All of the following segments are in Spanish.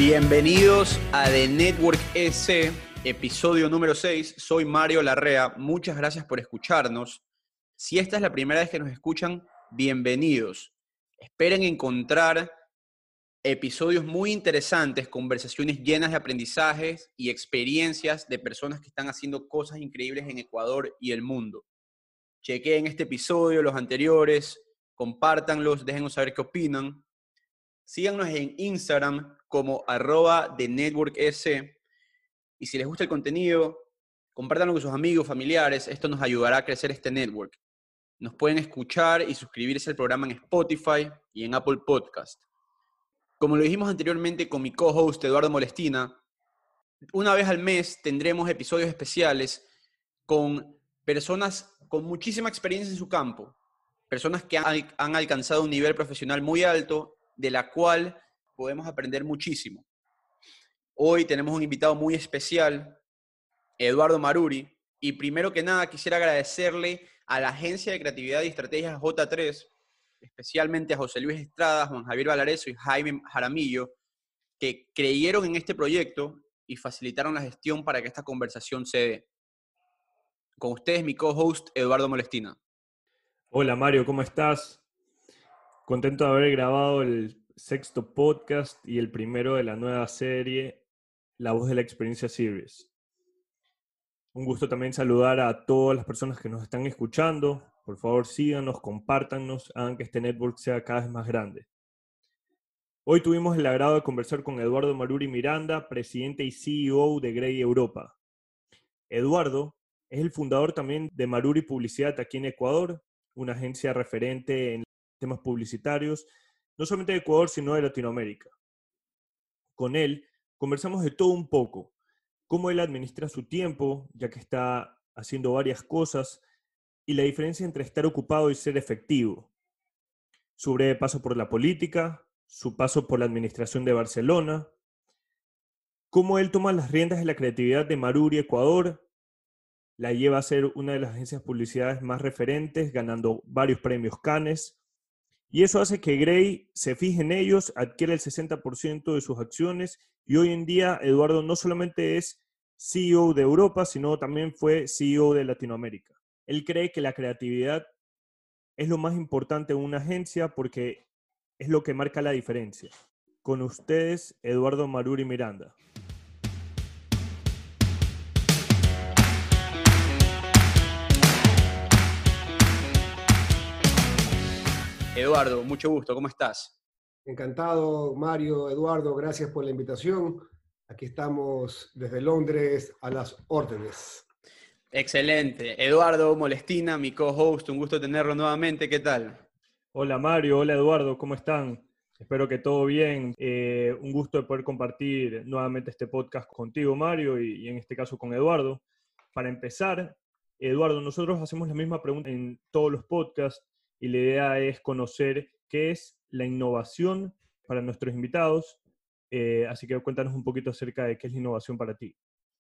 Bienvenidos a The Network EC, episodio número 6. Soy Mario Larrea. Muchas gracias por escucharnos. Si esta es la primera vez que nos escuchan, bienvenidos. Esperen encontrar episodios muy interesantes, conversaciones llenas de aprendizajes y experiencias de personas que están haciendo cosas increíbles en Ecuador y el mundo. Chequeen este episodio, los anteriores, compártanlos, déjenos saber qué opinan. Síganos en Instagram como @TheNetworkEC. Y si les gusta el contenido, compártanlo con sus amigos, familiares. Esto nos ayudará a crecer este network. Nos pueden escuchar y suscribirse al programa en Spotify y en Apple Podcast. Como lo dijimos anteriormente con mi co-host Eduardo Molestina, una vez al mes tendremos episodios especiales con personas con muchísima experiencia en su campo. Personas que han alcanzado un nivel profesional muy alto, de la cual podemos aprender muchísimo. Hoy tenemos un invitado muy especial, Eduardo Maruri, y primero que nada quisiera agradecerle a la Agencia de Creatividad y Estrategias J3, especialmente a José Luis Estrada, Juan Javier Valareso y Jaime Jaramillo, que creyeron en este proyecto y facilitaron la gestión para que esta conversación se dé. Con ustedes, mi co-host, Eduardo Molestina. Hola Mario, ¿cómo estás? Contento de haber grabado el sexto podcast y el primero de la nueva serie, La Voz de la Experiencia Series. Un gusto también saludar a todas las personas que nos están escuchando. Por favor, síganos, compártanos, hagan que este network sea cada vez más grande. Hoy tuvimos el agrado de conversar con Eduardo Maruri Miranda, presidente y CEO de Grey Europa. Eduardo es el fundador también de Maruri Publicidad aquí en Ecuador, una agencia referente en temas publicitarios, no solamente de Ecuador, sino de Latinoamérica. Con él conversamos de todo un poco, cómo él administra su tiempo, ya que está haciendo varias cosas, y la diferencia entre estar ocupado y ser efectivo. Su breve paso por la política, su paso por la administración de Barcelona, cómo él toma las riendas de la creatividad de Maruri Ecuador, la lleva a ser una de las agencias publicidades más referentes, ganando varios premios Cannes, y eso hace que Grey se fije en ellos, adquiere el 60% de sus acciones, y hoy en día Eduardo no solamente es CEO de Europa, sino también fue CEO de Latinoamérica. Él cree que la creatividad es lo más importante en una agencia porque es lo que marca la diferencia. Con ustedes, Eduardo Maruri Miranda. Eduardo, mucho gusto, ¿cómo estás? Encantado, Mario, Eduardo, gracias por la invitación. Aquí estamos desde Londres a las órdenes. Excelente. Eduardo Molestina, mi co-host, un gusto tenerlo nuevamente. ¿Qué tal? Hola Mario, hola Eduardo, ¿cómo están? Espero que todo bien. Un gusto de poder compartir nuevamente este podcast contigo, Mario, y en este caso con Eduardo. Para empezar, Eduardo, nosotros hacemos la misma pregunta en todos los podcasts y la idea es conocer qué es la innovación para nuestros invitados. Así que cuéntanos un poquito acerca de qué es la innovación para ti.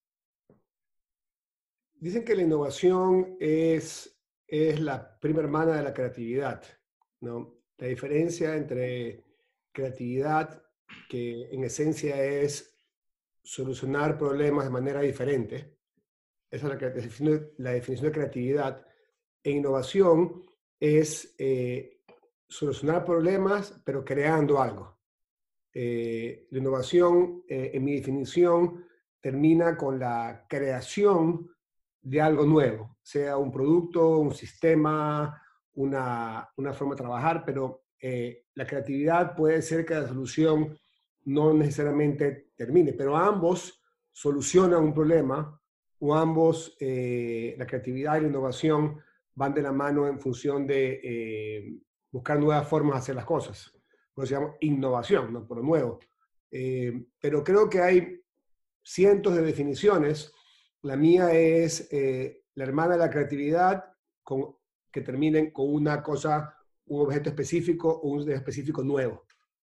Dicen que la innovación es la prima hermana de la creatividad, ¿no? La diferencia entre creatividad, que en esencia es solucionar problemas de manera diferente, esa es la definición de creatividad, e innovación es solucionar problemas, pero creando algo. La innovación, en mi definición, termina con la creación de algo nuevo, sea un producto, un sistema, una forma de trabajar, pero la creatividad puede ser que la solución no necesariamente termine, pero ambos solucionan un problema o ambos, la creatividad y la innovación van de la mano en función de buscar nuevas formas de hacer las cosas. Por eso se llama innovación, ¿no? Por lo nuevo. Pero creo que hay cientos de definiciones. La mía es la hermana de la creatividad que terminen con una cosa, un objeto específico o un específico nuevo.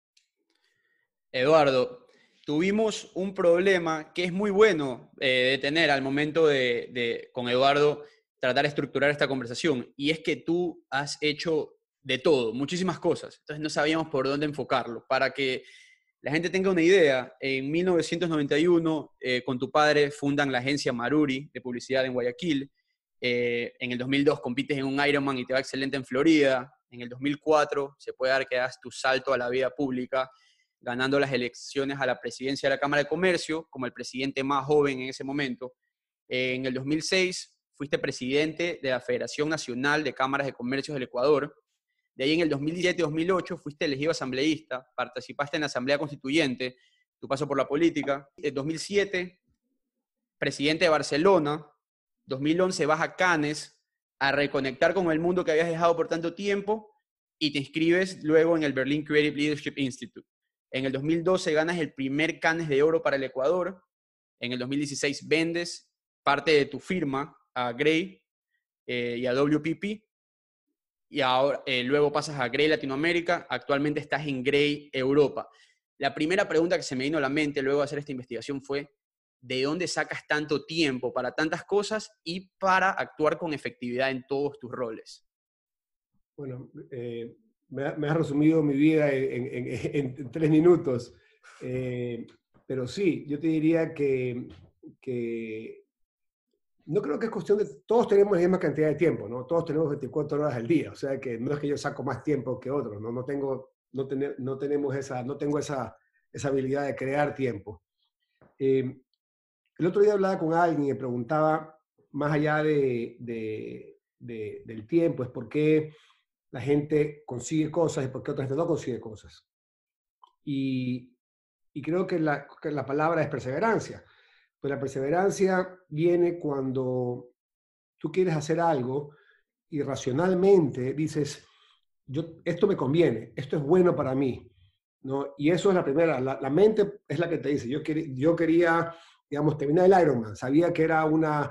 Eduardo, tuvimos un problema que es muy bueno de tener al momento con Eduardo tratar de estructurar esta conversación, y es que tú has hecho de todo, muchísimas cosas, entonces no sabíamos por dónde enfocarlo. Para que la gente tenga una idea, en 1991 con tu padre fundan la agencia Maruri de publicidad en Guayaquil. En el 2002 compites en un Ironman y te va excelente en Florida. En el 2004 se puede dar que das tu salto a la vida pública, ganando las elecciones a la presidencia de la Cámara de Comercio como el presidente más joven en ese momento. En el 2006 fuiste presidente de la Federación Nacional de Cámaras de Comercio del Ecuador. De ahí en el 2017-2008 fuiste elegido asambleísta, participaste en la Asamblea Constituyente, tu paso por la política. En 2007, presidente de Barcelona. 2011 vas a Cannes a reconectar con el mundo que habías dejado por tanto tiempo y te inscribes luego en el Berlin Creative Leadership Institute. En el 2012 ganas el primer Cannes de Oro para el Ecuador. En el 2016 vendes parte de tu firma a Grey y a WPP. Y ahora, luego pasas a Grey Latinoamérica, actualmente estás en Grey Europa. La primera pregunta que se me vino a la mente luego de hacer esta investigación fue, ¿de dónde sacas tanto tiempo para tantas cosas y para actuar con efectividad en todos tus roles? Bueno, me has resumido mi vida en 3 minutos, pero sí, yo te diría que no creo que es cuestión de, todos tenemos la misma cantidad de tiempo, ¿no? Todos tenemos 24 horas al día, o sea que no es que yo saco más tiempo que otros, ¿no? No tengo esa habilidad de crear tiempo. El otro día hablaba con alguien y me preguntaba, más allá del tiempo, es por qué la gente consigue cosas y por qué otra gente no consigue cosas. Y creo que la palabra es perseverancia. Pues la perseverancia viene cuando tú quieres hacer algo y racionalmente dices, esto me conviene, esto es bueno para mí, ¿no? Y eso es la primera, la mente es la que te dice, yo quería, digamos, terminar el Ironman, sabía que era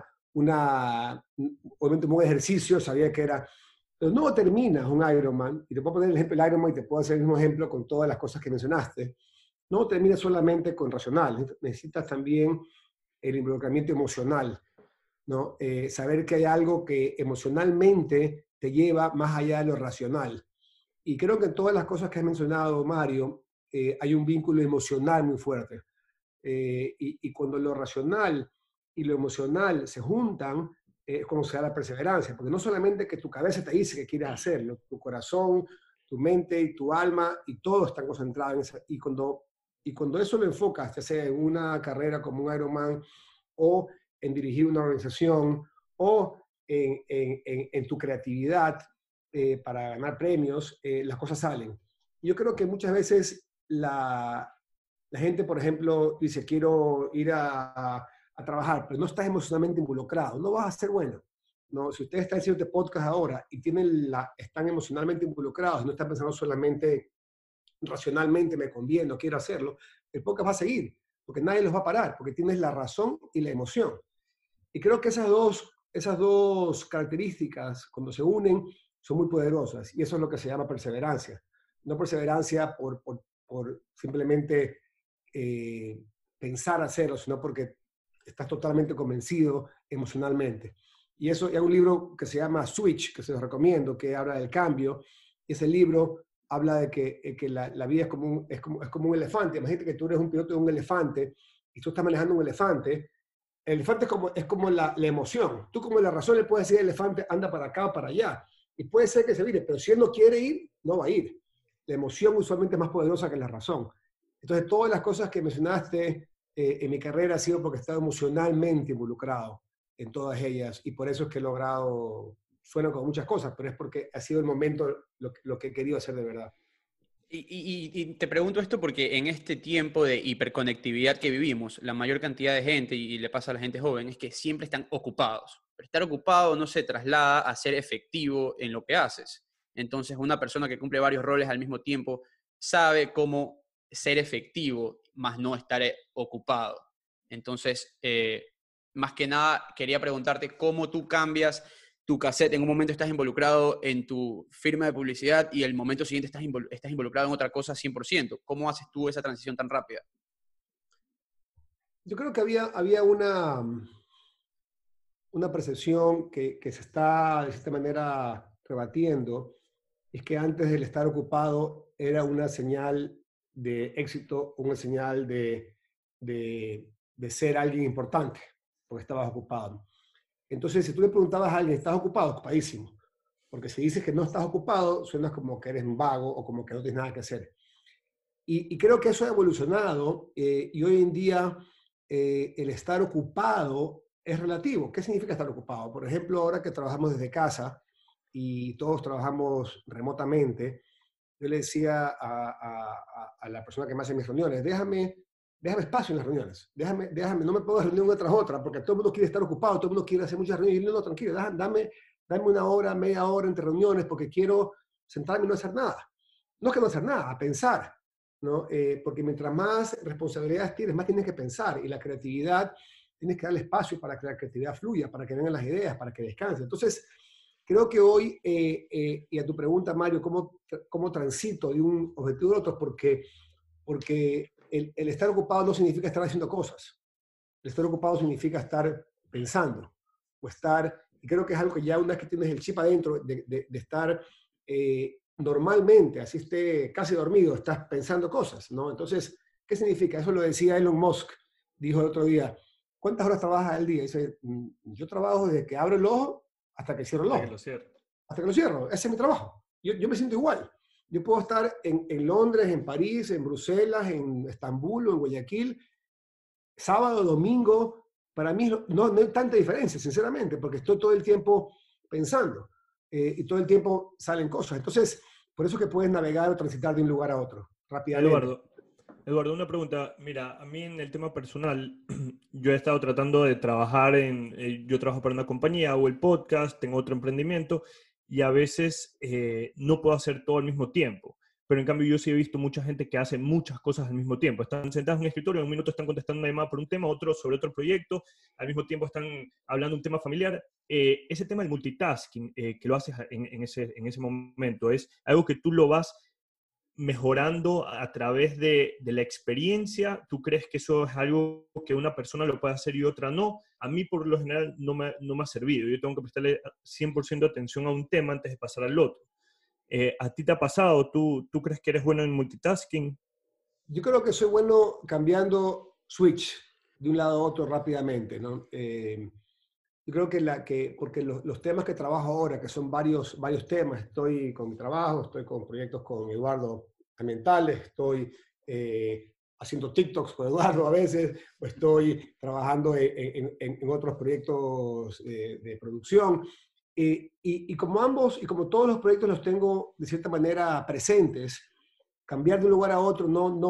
obviamente un ejercicio, sabía que era, pero no terminas un Ironman, y te puedo poner el ejemplo del Ironman y te puedo hacer el mismo ejemplo con todas las cosas que mencionaste, no terminas solamente con racional, necesitas también el involucramiento emocional, ¿no? Saber que hay algo que emocionalmente te lleva más allá de lo racional. Y creo que en todas las cosas que has mencionado, Mario, hay un vínculo emocional muy fuerte. Y cuando lo racional y lo emocional se juntan, es como se da la perseverancia, porque no solamente que tu cabeza te dice que quieres hacerlo, tu corazón, tu mente y tu alma, y todo están concentrados en eso. Y cuando eso lo enfocas, ya sea en una carrera como un Ironman, o en dirigir una organización, o en tu creatividad para ganar premios, las cosas salen. Yo creo que muchas veces la gente, por ejemplo, dice, quiero ir a trabajar, pero no estás emocionalmente involucrado, no vas a ser bueno. No, si ustedes están haciendo este podcast ahora y están emocionalmente involucrados y no están pensando solamente racionalmente, me conviene, no quiero hacerlo, el podcast va a seguir, porque nadie los va a parar, porque tienes la razón y la emoción. Y creo que esas dos características, cuando se unen, son muy poderosas, y eso es lo que se llama perseverancia. No perseverancia por simplemente pensar hacerlo, sino porque estás totalmente convencido emocionalmente. Y hay un libro que se llama Switch, que se los recomiendo, que habla del cambio. Ese libro habla de que la vida es como un elefante. Imagínate que tú eres un piloto de un elefante y tú estás manejando un elefante. El elefante es como la emoción. Tú como la razón le puedes decir al elefante, anda para acá o para allá. Y puede ser que se vire, pero si él no quiere ir, no va a ir. La emoción usualmente es más poderosa que la razón. Entonces, todas las cosas que mencionaste en mi carrera ha sido porque he estado emocionalmente involucrado en todas ellas, y por eso es que he logrado, suena con muchas cosas, pero es porque ha sido el momento lo que he querido hacer de verdad. Y te pregunto esto porque en este tiempo de hiperconectividad que vivimos, la mayor cantidad de gente, y le pasa a la gente joven, es que siempre están ocupados. Pero estar ocupado no se traslada a ser efectivo en lo que haces. Entonces, una persona que cumple varios roles al mismo tiempo sabe cómo ser efectivo, más no estar ocupado. Entonces, más que nada, quería preguntarte cómo tú cambias tu cassette. En un momento estás involucrado en tu firma de publicidad y el momento siguiente estás involucrado en otra cosa 100%. ¿Cómo haces tú esa transición tan rápida? Yo creo que había una percepción que se está de esta manera rebatiendo, es que antes del estar ocupado era una señal de éxito, una señal de ser alguien importante, porque estabas ocupado. Entonces, si tú le preguntabas a alguien, ¿estás ocupado? Ocupadísimo. Porque si dices que no estás ocupado, suena como que eres un vago o como que no tienes nada que hacer. Y creo que eso ha evolucionado y hoy en día el estar ocupado es relativo. ¿Qué significa estar ocupado? Por ejemplo, ahora que trabajamos desde casa y todos trabajamos remotamente, yo le decía a la persona que me hace mis reuniones, déjame espacio en las reuniones, no me puedo reunir una tras otra, porque todo el mundo quiere estar ocupado, todo el mundo quiere hacer muchas reuniones, y no, tranquilo, dame una hora, media hora entre reuniones, porque quiero sentarme y no hacer nada. No es que no hacer nada, a pensar, ¿no? Porque mientras más responsabilidades tienes, más tienes que pensar, y la creatividad, tienes que darle espacio para que la creatividad fluya, para que vengan las ideas, para que descanse. Entonces, creo que hoy, y a tu pregunta, Mario, ¿cómo transito de un objetivo al otro? Porque el estar ocupado no significa estar haciendo cosas. El estar ocupado significa estar pensando, y creo que es algo que ya una vez que tienes el chip adentro de estar normalmente, así esté casi dormido, estás pensando cosas, ¿no? Entonces, ¿qué significa? Eso lo decía Elon Musk, dijo el otro día, ¿cuántas horas trabajas al día? Dice, yo trabajo desde que abro el ojo hasta que cierro el Hasta que ojo. lo cierre. Hasta que lo cierro. Ese es mi trabajo. Yo me siento igual. Yo puedo estar en Londres, en París, en Bruselas, en Estambul o en Guayaquil, sábado, domingo. Para mí no hay tanta diferencia, sinceramente, porque estoy todo el tiempo pensando y todo el tiempo salen cosas. Entonces, por eso que puedes navegar o transitar de un lugar a otro rápidamente. Eduardo, una pregunta. Mira, a mí en el tema personal, yo he estado tratando de trabajar yo trabajo para una compañía, hago el podcast, tengo otro emprendimiento y a veces no puedo hacer todo al mismo tiempo. Pero en cambio yo sí he visto mucha gente que hace muchas cosas al mismo tiempo. Están sentados en un escritorio, en un minuto están contestando una llamada por un tema, otro sobre otro proyecto, al mismo tiempo están hablando de un tema familiar. Ese tema del multitasking, que lo haces en ese momento, ¿es algo que tú lo vas mejorando a través de la experiencia? ¿Tú crees que eso es algo que una persona lo puede hacer y otra no? A mí por lo general no me ha servido. Yo tengo que prestarle 100% atención a un tema antes de pasar al otro. ¿A ti te ha pasado? ¿Tú crees que eres bueno en multitasking? Yo creo que soy bueno cambiando switch de un lado a otro rápidamente, ¿no? Yo creo porque los temas que trabajo ahora, que son varios temas, estoy con mi trabajo, estoy con proyectos con Eduardo ambientales, estoy haciendo TikToks con Eduardo a veces, o estoy trabajando en otros proyectos de producción. Y como ambos, y como todos los proyectos los tengo de cierta manera presentes, cambiar de un lugar a otro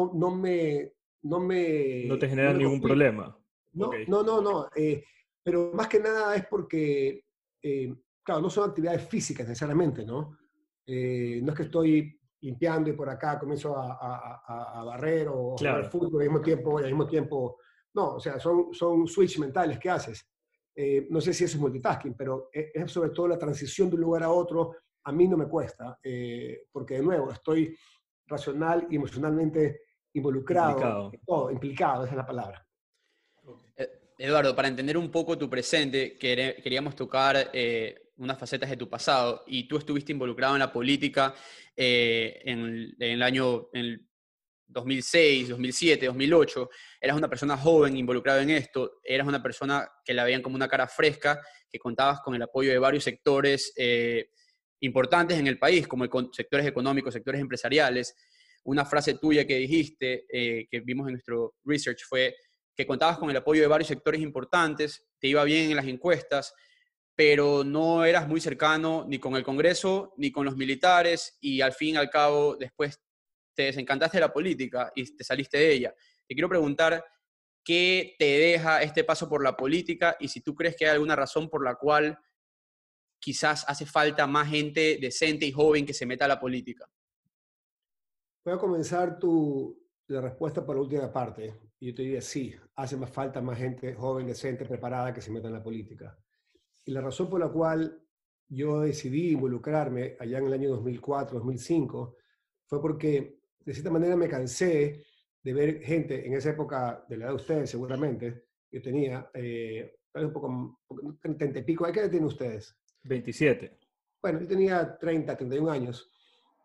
¿No te no genera me ningún complica. problema? Ok. No. Pero más que nada es porque, claro, no son actividades físicas necesariamente, ¿no? No es que estoy limpiando y por acá comienzo a barrer o jugar Claro. fútbol al mismo tiempo. No, o sea, son switch mentales que haces. No sé si eso es multitasking, pero es sobre todo la transición de un lugar a otro. A mí no me cuesta, porque de nuevo estoy racional y emocionalmente involucrado, Implicado. implicado, esa es la palabra. Okay. Eduardo, para entender un poco tu presente, queríamos tocar unas facetas de tu pasado y tú estuviste involucrado en la política en el año 2006, 2007, 2008. Eras una persona joven involucrada en esto, eras una persona que la veían como una cara fresca, que contabas con el apoyo de varios sectores importantes en el país, como sectores económicos, sectores empresariales. Una frase tuya que dijiste, que vimos en nuestro research, fue que contabas con el apoyo de varios sectores importantes, te iba bien en las encuestas, pero no eras muy cercano ni con el Congreso ni con los militares y al fin y al cabo después te desencantaste de la política y te saliste de ella. Te quiero preguntar qué te deja este paso por la política y si tú crees que hay alguna razón por la cual quizás hace falta más gente decente y joven que se meta a la política. Voy a comenzar la respuesta por la última parte. Y yo te diría, sí, hace más falta más gente joven, decente, preparada que se meta en la política. Y la razón por la cual yo decidí involucrarme allá en el año 2004, 2005, fue porque de cierta manera me cansé de ver gente en esa época, de la edad de ustedes seguramente, yo tenía, tal vez un poco, 30 y pico, ¿qué edad tienen ustedes? 27. Bueno, yo tenía 30, 31 años.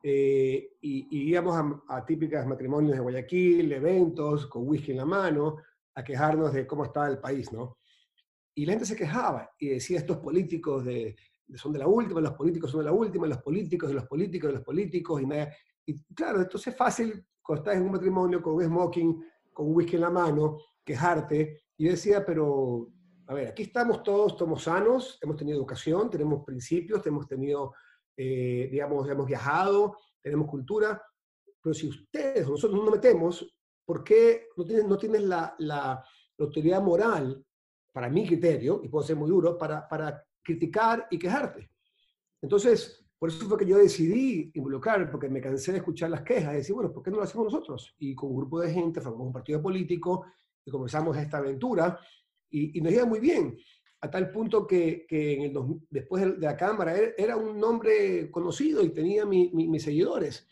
y íbamos a típicas matrimonios de Guayaquil, eventos, con whisky en la mano, a quejarnos de cómo estaba el país, ¿no? Y la gente se quejaba y decía, estos políticos son de la última, los políticos son de la última, los políticos de los políticos de los políticos, y claro, entonces es fácil cuando estás en un matrimonio con un smoking, con un whisky en la mano, quejarte, y yo decía, pero, a ver, aquí estamos todos, somos sanos, hemos tenido educación, tenemos principios, hemos tenido, digamos, hemos viajado, tenemos cultura, pero si ustedes o nosotros no nos metemos, ¿por qué no tienes la autoridad moral, para mi criterio, y puedo ser muy duro, para criticar y quejarte? Entonces, por eso fue que yo decidí involucrarme, porque me cansé de escuchar las quejas, de decir, bueno, ¿por qué no lo hacemos nosotros? Y con un grupo de gente formamos un partido político y comenzamos esta aventura y nos iba muy bien, a tal punto que después de la Cámara era un nombre conocido y tenía mis seguidores.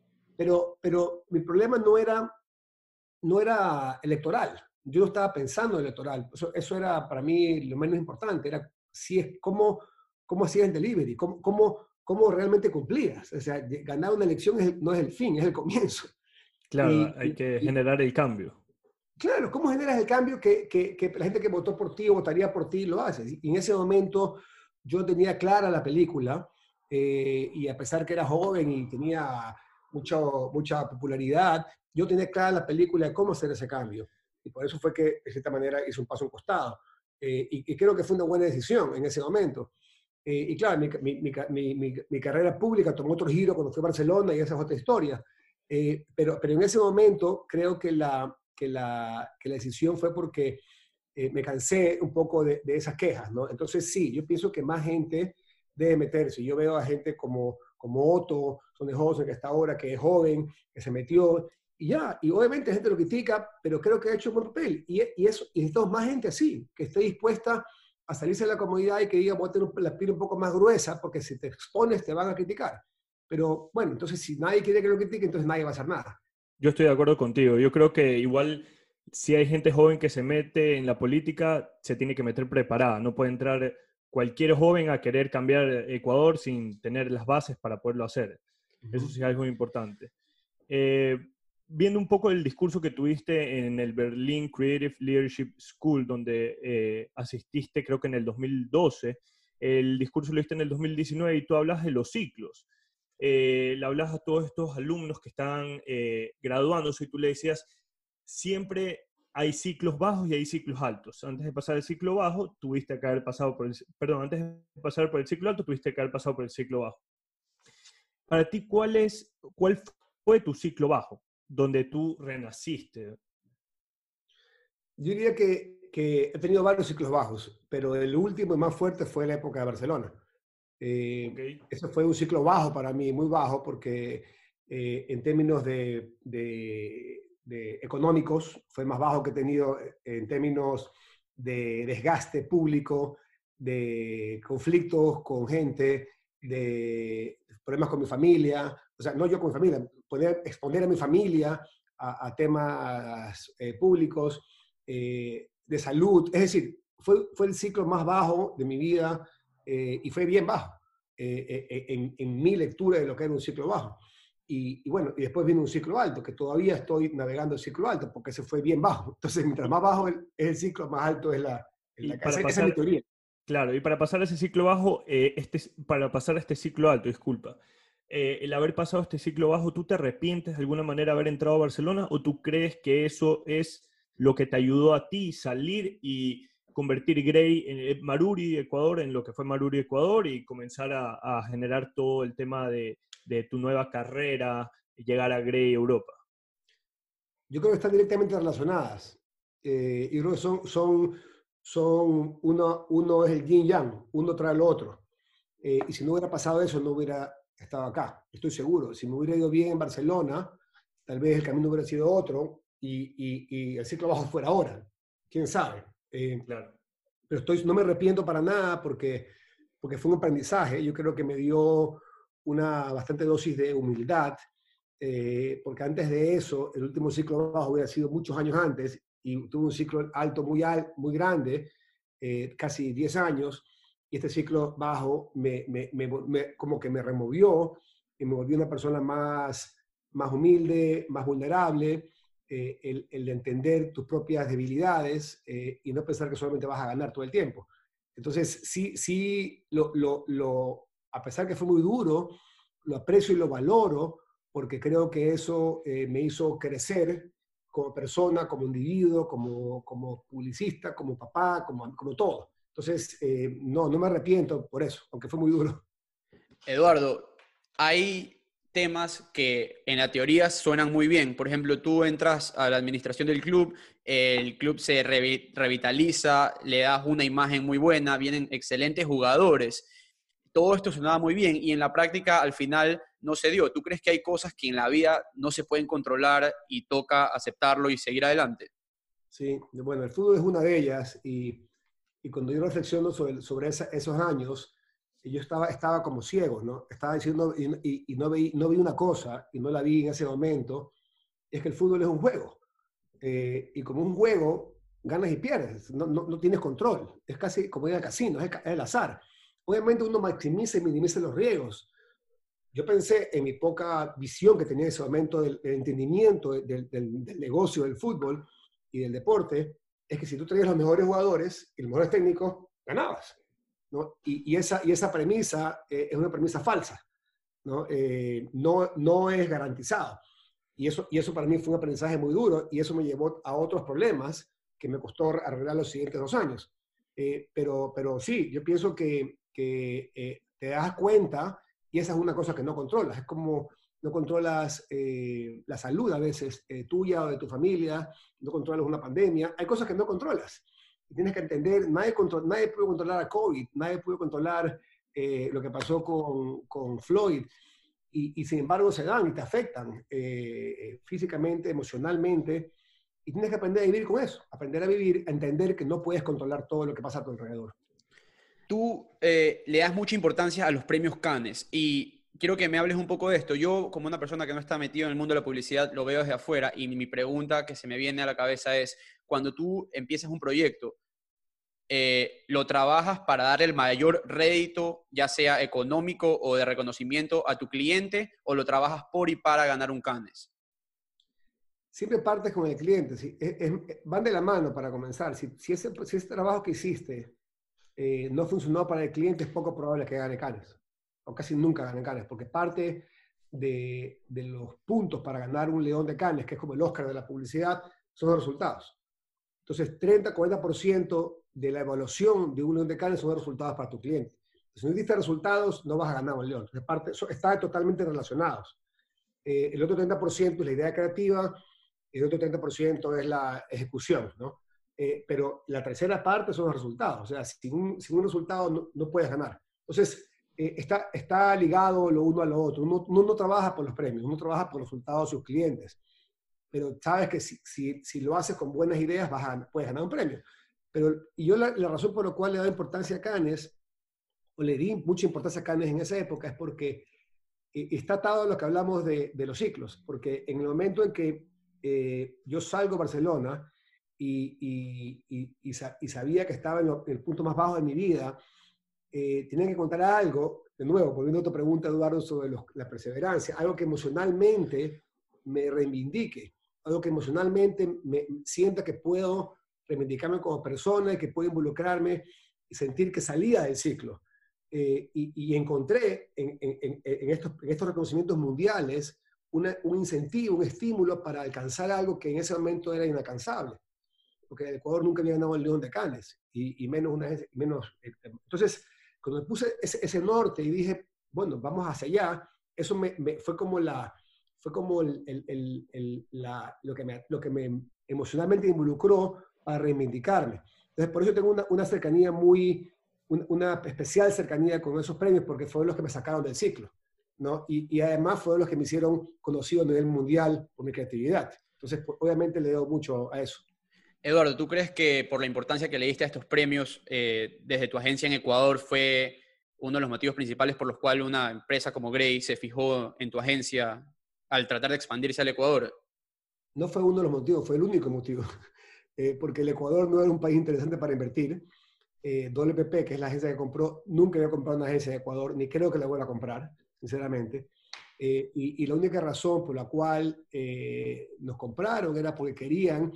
Pero mi problema no era electoral. Yo no estaba pensando en electoral. Eso era para mí lo menos importante. Era cómo hacías el delivery, cómo realmente cumplías. O sea, ganar una elección no es el fin, es el comienzo. Claro, hay que generar el cambio. Claro, ¿cómo generas el cambio que la gente que votó por ti o votaría por ti lo hace? Y en ese momento yo tenía clara la película y a pesar que era joven y tenía mucha popularidad, yo tenía clara la película de cómo hacer ese cambio. Y por eso fue que, de cierta manera, hice un paso a un costado. Y creo que fue una buena decisión en ese momento. Y claro, mi carrera pública tomó otro giro cuando fui a Barcelona y esa es otra historia. Pero en ese momento creo que la decisión fue porque me cansé un poco de esas quejas, ¿no? Entonces sí, yo pienso que más gente debe meterse. Yo veo a gente como Otto, Sonnejosen, que está ahora, que es joven, que se metió, y obviamente la gente lo critica, pero creo que ha hecho un buen papel. Y necesitamos más gente así, que esté dispuesta a salirse de la comodidad y que diga, voy a tener la piel un poco más gruesa, porque si te expones te van a criticar. Pero bueno, entonces si nadie quiere que lo critique, entonces nadie va a hacer nada. Yo estoy de acuerdo contigo. Yo creo que igual si hay gente joven que se mete en la política, se tiene que meter preparada. No puede entrar cualquier joven a querer cambiar Ecuador sin tener las bases para poderlo hacer. Eso sí es algo importante. Viendo un poco el discurso que tuviste en el Berlin Creative Leadership School, donde asististe creo que en el 2012, el discurso lo hiciste en el 2019 y tú hablas de los ciclos. Le hablas a todos estos alumnos que están graduándose y tú le decías, siempre hay ciclos bajos y hay ciclos altos. Antes de pasar el ciclo bajo, tuviste que haber pasado por antes de pasar por el ciclo alto, tuviste que haber pasado por el ciclo bajo. Para ti, ¿cuál fue tu ciclo bajo, donde tú renaciste? Yo diría que he tenido varios ciclos bajos, pero el último y más fuerte fue la época de Barcelona. Okay. Eso fue un ciclo bajo para mí, muy bajo, porque en términos de económicos fue más bajo que he tenido en términos de desgaste público, de conflictos con gente, de problemas con mi familia, o sea, no yo con mi familia, exponer a mi familia a temas públicos, de salud, es decir, fue el ciclo más bajo de mi vida y fue bien bajo en mi lectura de lo que era un ciclo bajo. Y bueno, y después vino un ciclo alto, que todavía estoy navegando el ciclo alto, porque se fue bien bajo. Entonces, mientras más bajo es el ciclo, más alto es esa es mi teoría. Claro, y para pasar a ese ciclo bajo, para pasar a este ciclo alto, disculpa, el haber pasado este ciclo bajo, ¿tú te arrepientes de alguna manera de haber entrado a Barcelona o tú crees que eso es lo que te ayudó a ti salir y convertir Grey en Maruri Ecuador en lo que fue Maruri Ecuador y comenzar a generar todo el tema de tu nueva carrera, llegar a Grey Europa? Yo creo que están directamente relacionadas. Y creo que uno es el yin yang, uno trae lo otro. Y si no hubiera pasado eso, no hubiera estado acá. Estoy seguro. Si me hubiera ido bien en Barcelona, tal vez el camino hubiera sido otro y el ciclo bajo fuera ahora. ¿Quién sabe? Claro. Pero no me arrepiento para nada porque fue un aprendizaje. Yo creo que me dio una bastante dosis de humildad, porque antes de eso, el último ciclo bajo hubiera sido muchos años antes y tuve un ciclo alto muy grande, casi 10 años, y este ciclo bajo como que me removió, y me volví una persona más humilde, más vulnerable, el de entender tus propias debilidades y no pensar que solamente vas a ganar todo el tiempo. Entonces, sí, a pesar que fue muy duro, lo aprecio y lo valoro porque creo que eso me hizo crecer como persona, como individuo, como publicista, como papá, como todo. Entonces, no me arrepiento por eso, aunque fue muy duro. Eduardo, hay temas que en la teoría suenan muy bien. Por ejemplo, tú entras a la administración del club, el club se revitaliza, le das una imagen muy buena, vienen excelentes jugadores. Todo esto sonaba muy bien y en la práctica al final no se dio. ¿Tú crees que hay cosas que en la vida no se pueden controlar y toca aceptarlo y seguir adelante? Sí, bueno, el fútbol es una de ellas y cuando yo reflexiono sobre esos años, yo estaba como ciego, ¿no? Estaba diciendo y no vi una cosa y no la vi en ese momento, es que el fútbol es un juego. Y como un juego, ganas y pierdes, no tienes control. Es casi como ir al casino, es el azar. Obviamente uno maximiza y minimiza los riesgos. Yo pensé en mi poca visión que tenía en ese momento del entendimiento del negocio del fútbol y del deporte, es que si tú traías los mejores jugadores y los mejores técnicos, ganabas, ¿no? Y esa premisa es una premisa falsa, ¿no? No es garantizado. Y eso para mí fue un aprendizaje muy duro y eso me llevó a otros problemas que me costó arreglar los siguientes 2 años. Pero sí, yo pienso que te das cuenta y esa es una cosa que no controlas. Es como no controlas la salud a veces tuya o de tu familia, no controlas una pandemia. Hay cosas que no controlas. Y tienes que entender, nadie pudo controlar a COVID, nadie pudo controlar lo que pasó con Floyd. Y sin embargo se dan y te afectan físicamente, emocionalmente, y tienes que aprender a vivir con eso, aprender a vivir, a entender que no puedes controlar todo lo que pasa a tu alrededor. Tú le das mucha importancia a los premios Cannes y quiero que me hables un poco de esto. Yo, como una persona que no está metido en el mundo de la publicidad, lo veo desde afuera y mi pregunta que se me viene a la cabeza es, cuando tú empiezas un proyecto, ¿lo trabajas para dar el mayor rédito, ya sea económico o de reconocimiento a tu cliente, o lo trabajas por y para ganar un Cannes? Siempre partes con el cliente, ¿sí? Van de la mano para comenzar. Si ese trabajo que hiciste no funcionó para el cliente, es poco probable que gane Cannes, o casi nunca gane Cannes, porque parte de los puntos para ganar un León de Cannes, que es como el Oscar de la publicidad, son los resultados. Entonces, 30-40% de la evaluación de un León de Cannes son los resultados para tu cliente. Si no diste resultados, no vas a ganar un León. Entonces, están totalmente relacionados. El otro 30% es la idea creativa, y el otro 30% es la ejecución, ¿no? Pero la tercera parte son los resultados. O sea, sin un resultado no puedes ganar. Entonces, está ligado lo uno a lo otro. Uno no trabaja por los premios, uno trabaja por los resultados de sus clientes. Pero sabes que si lo haces con buenas ideas, puedes ganar un premio. Y yo la razón por la cual le doy importancia a Cannes, o le di mucha importancia a Cannes en esa época, es porque está atado a lo que hablamos de los ciclos. Porque en el momento en que yo salgo a Barcelona y sabía que estaba en el punto más bajo de mi vida, tenía que contar algo, de nuevo, volviendo a tu pregunta, Eduardo, sobre la perseverancia, algo que emocionalmente me reivindique, algo que emocionalmente me sienta que puedo reivindicarme como persona y que puedo involucrarme y sentir que salía del ciclo. Y encontré en estos reconocimientos mundiales un incentivo, un estímulo para alcanzar algo que en ese momento era inalcanzable, porque el Ecuador nunca había ganado el León de Cannes, y menos una vez, entonces, cuando me puse ese norte y dije, bueno, vamos hacia allá, eso fue como lo que me emocionalmente involucró para reivindicarme. Entonces, por eso tengo una cercanía una especial cercanía con esos premios, porque fueron los que me sacaron del ciclo, ¿no? Y además fueron los que me hicieron conocido a nivel mundial por mi creatividad. Entonces, pues, obviamente le debo mucho a eso. Eduardo, ¿tú crees que por la importancia que le diste a estos premios desde tu agencia en Ecuador fue uno de los motivos principales por los cuales una empresa como Grey se fijó en tu agencia al tratar de expandirse al Ecuador? No fue uno de los motivos, fue el único motivo. Porque el Ecuador no era un país interesante para invertir. WPP, que es la agencia que compró, nunca había comprado una agencia de Ecuador, ni creo que la vuelva a comprar, sinceramente. Y la única razón por la cual nos compraron era porque querían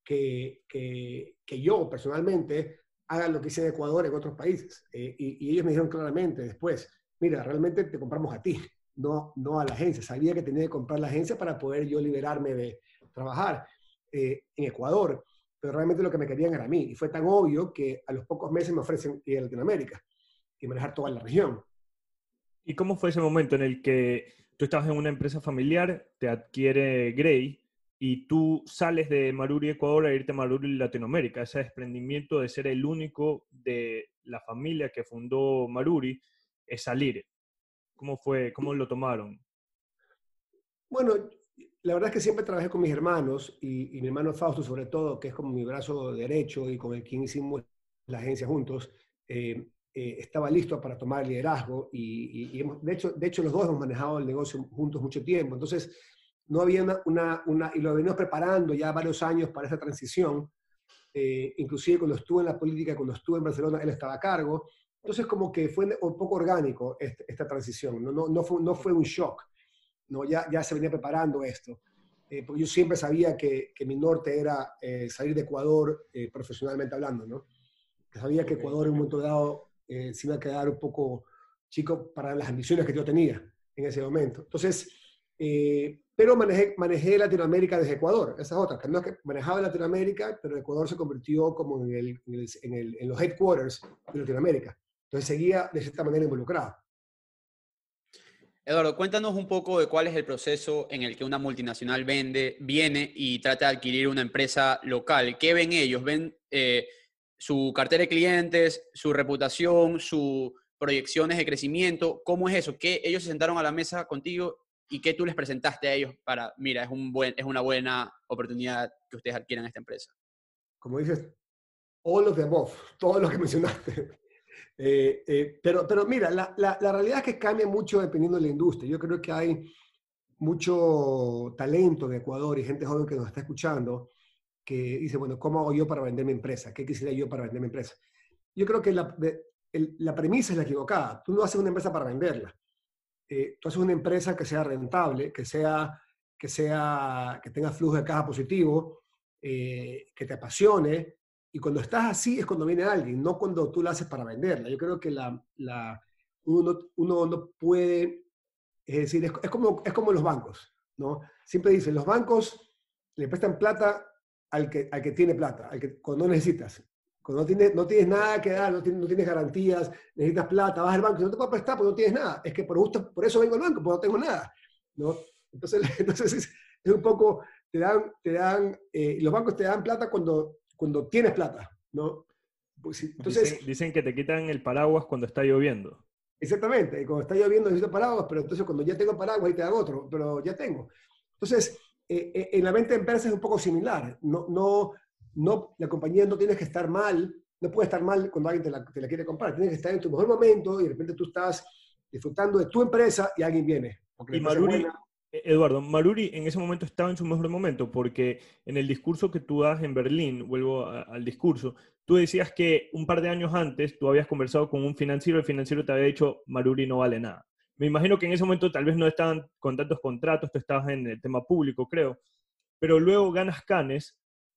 que yo personalmente haga lo que hice en Ecuador en otros países. Y ellos me dijeron claramente después, mira, realmente te compramos a ti, no a la agencia. Sabía que tenía que comprar la agencia para poder yo liberarme de trabajar en Ecuador, pero realmente lo que me querían era a mí. Y fue tan obvio que a los pocos meses me ofrecen ir a Latinoamérica y manejar toda la región. ¿Y cómo fue ese momento en el que tú estabas en una empresa familiar, te adquiere Grey y tú sales de Maruri, Ecuador, a irte a Maruri, Latinoamérica? Ese desprendimiento de ser el único de la familia que fundó Maruri es salir. ¿Cómo fue? ¿Cómo lo tomaron? Bueno, la verdad es que siempre trabajé con mis hermanos y mi hermano Fausto sobre todo, que es como mi brazo derecho y con el quien hicimos la agencia juntos, estaba listo para tomar el liderazgo y de hecho los dos hemos manejado el negocio juntos mucho tiempo. Entonces, no había y lo venimos preparando ya varios años para esa transición. Inclusive cuando estuve en la política, cuando estuve en Barcelona, él estaba a cargo. Entonces, como que fue un poco orgánico esta transición, no fue un shock. ¿No? Ya se venía preparando esto. Porque yo siempre sabía que mi norte era salir de Ecuador profesionalmente hablando, ¿no? Sabía que Ecuador en un momento dado se iba a quedar un poco chico para las ambiciones que yo tenía en ese momento. Entonces, pero manejé Latinoamérica desde Ecuador, esa es otra, que no es que manejaba Latinoamérica, pero Ecuador se convirtió como en los headquarters de Latinoamérica. Entonces seguía de cierta manera involucrado. Eduardo, cuéntanos un poco de cuál es el proceso en el que una multinacional viene y trata de adquirir una empresa local. ¿Qué ven ellos? ¿Ven su cartera de clientes, su reputación, sus proyecciones de crecimiento? ¿Cómo es eso? ¿Qué ellos se sentaron a la mesa contigo y qué tú les presentaste a ellos para, mira, es una buena oportunidad que ustedes adquieran esta empresa? Como dices, all of the above, todo lo que mencionaste. Pero mira, la realidad es que cambia mucho dependiendo de la industria. Yo creo que hay mucho talento en Ecuador y gente joven que nos está escuchando que dice, bueno, ¿cómo hago yo para vender mi empresa? ¿Qué quisiera yo para vender mi empresa? Yo creo que la premisa es la equivocada. Tú no haces una empresa para venderla. Tú haces una empresa que sea rentable, que tenga flujo de caja positivo, que te apasione. Y cuando estás así es cuando viene alguien, no cuando tú la haces para venderla. Yo creo que uno no puede, es decir, es como los bancos, ¿no? Siempre dicen, los bancos le prestan plata al que tiene plata, cuando no necesitas. Cuando no tienes nada que dar, no tienes garantías, necesitas plata, vas al banco y no te puedo prestar porque no tienes nada. Es que por eso vengo al banco, porque no tengo nada, ¿no? Entonces es un poco, los bancos te dan plata cuando tienes plata, ¿no? Entonces, dicen que te quitan el paraguas cuando está lloviendo. Exactamente, y cuando está lloviendo necesito paraguas, pero entonces cuando ya tengo paraguas ahí te dan otro, pero ya tengo. Entonces, en la venta de empresas es un poco similar. La compañía no tienes que estar mal, no puede estar mal cuando alguien te la quiere comprar. Tienes que estar en tu mejor momento y de repente tú estás disfrutando de tu empresa y alguien viene. Y Maruri, Eduardo, Maruri en ese momento estaba en su mejor momento porque en el discurso que tú das en Berlín, vuelvo al discurso, tú decías que un par de años antes tú habías conversado con un financiero, el financiero te había dicho Maruri no vale nada. Me imagino que en ese momento tal vez no estaban con tantos contratos, tú estabas en el tema público, creo, pero luego ganas Cannes,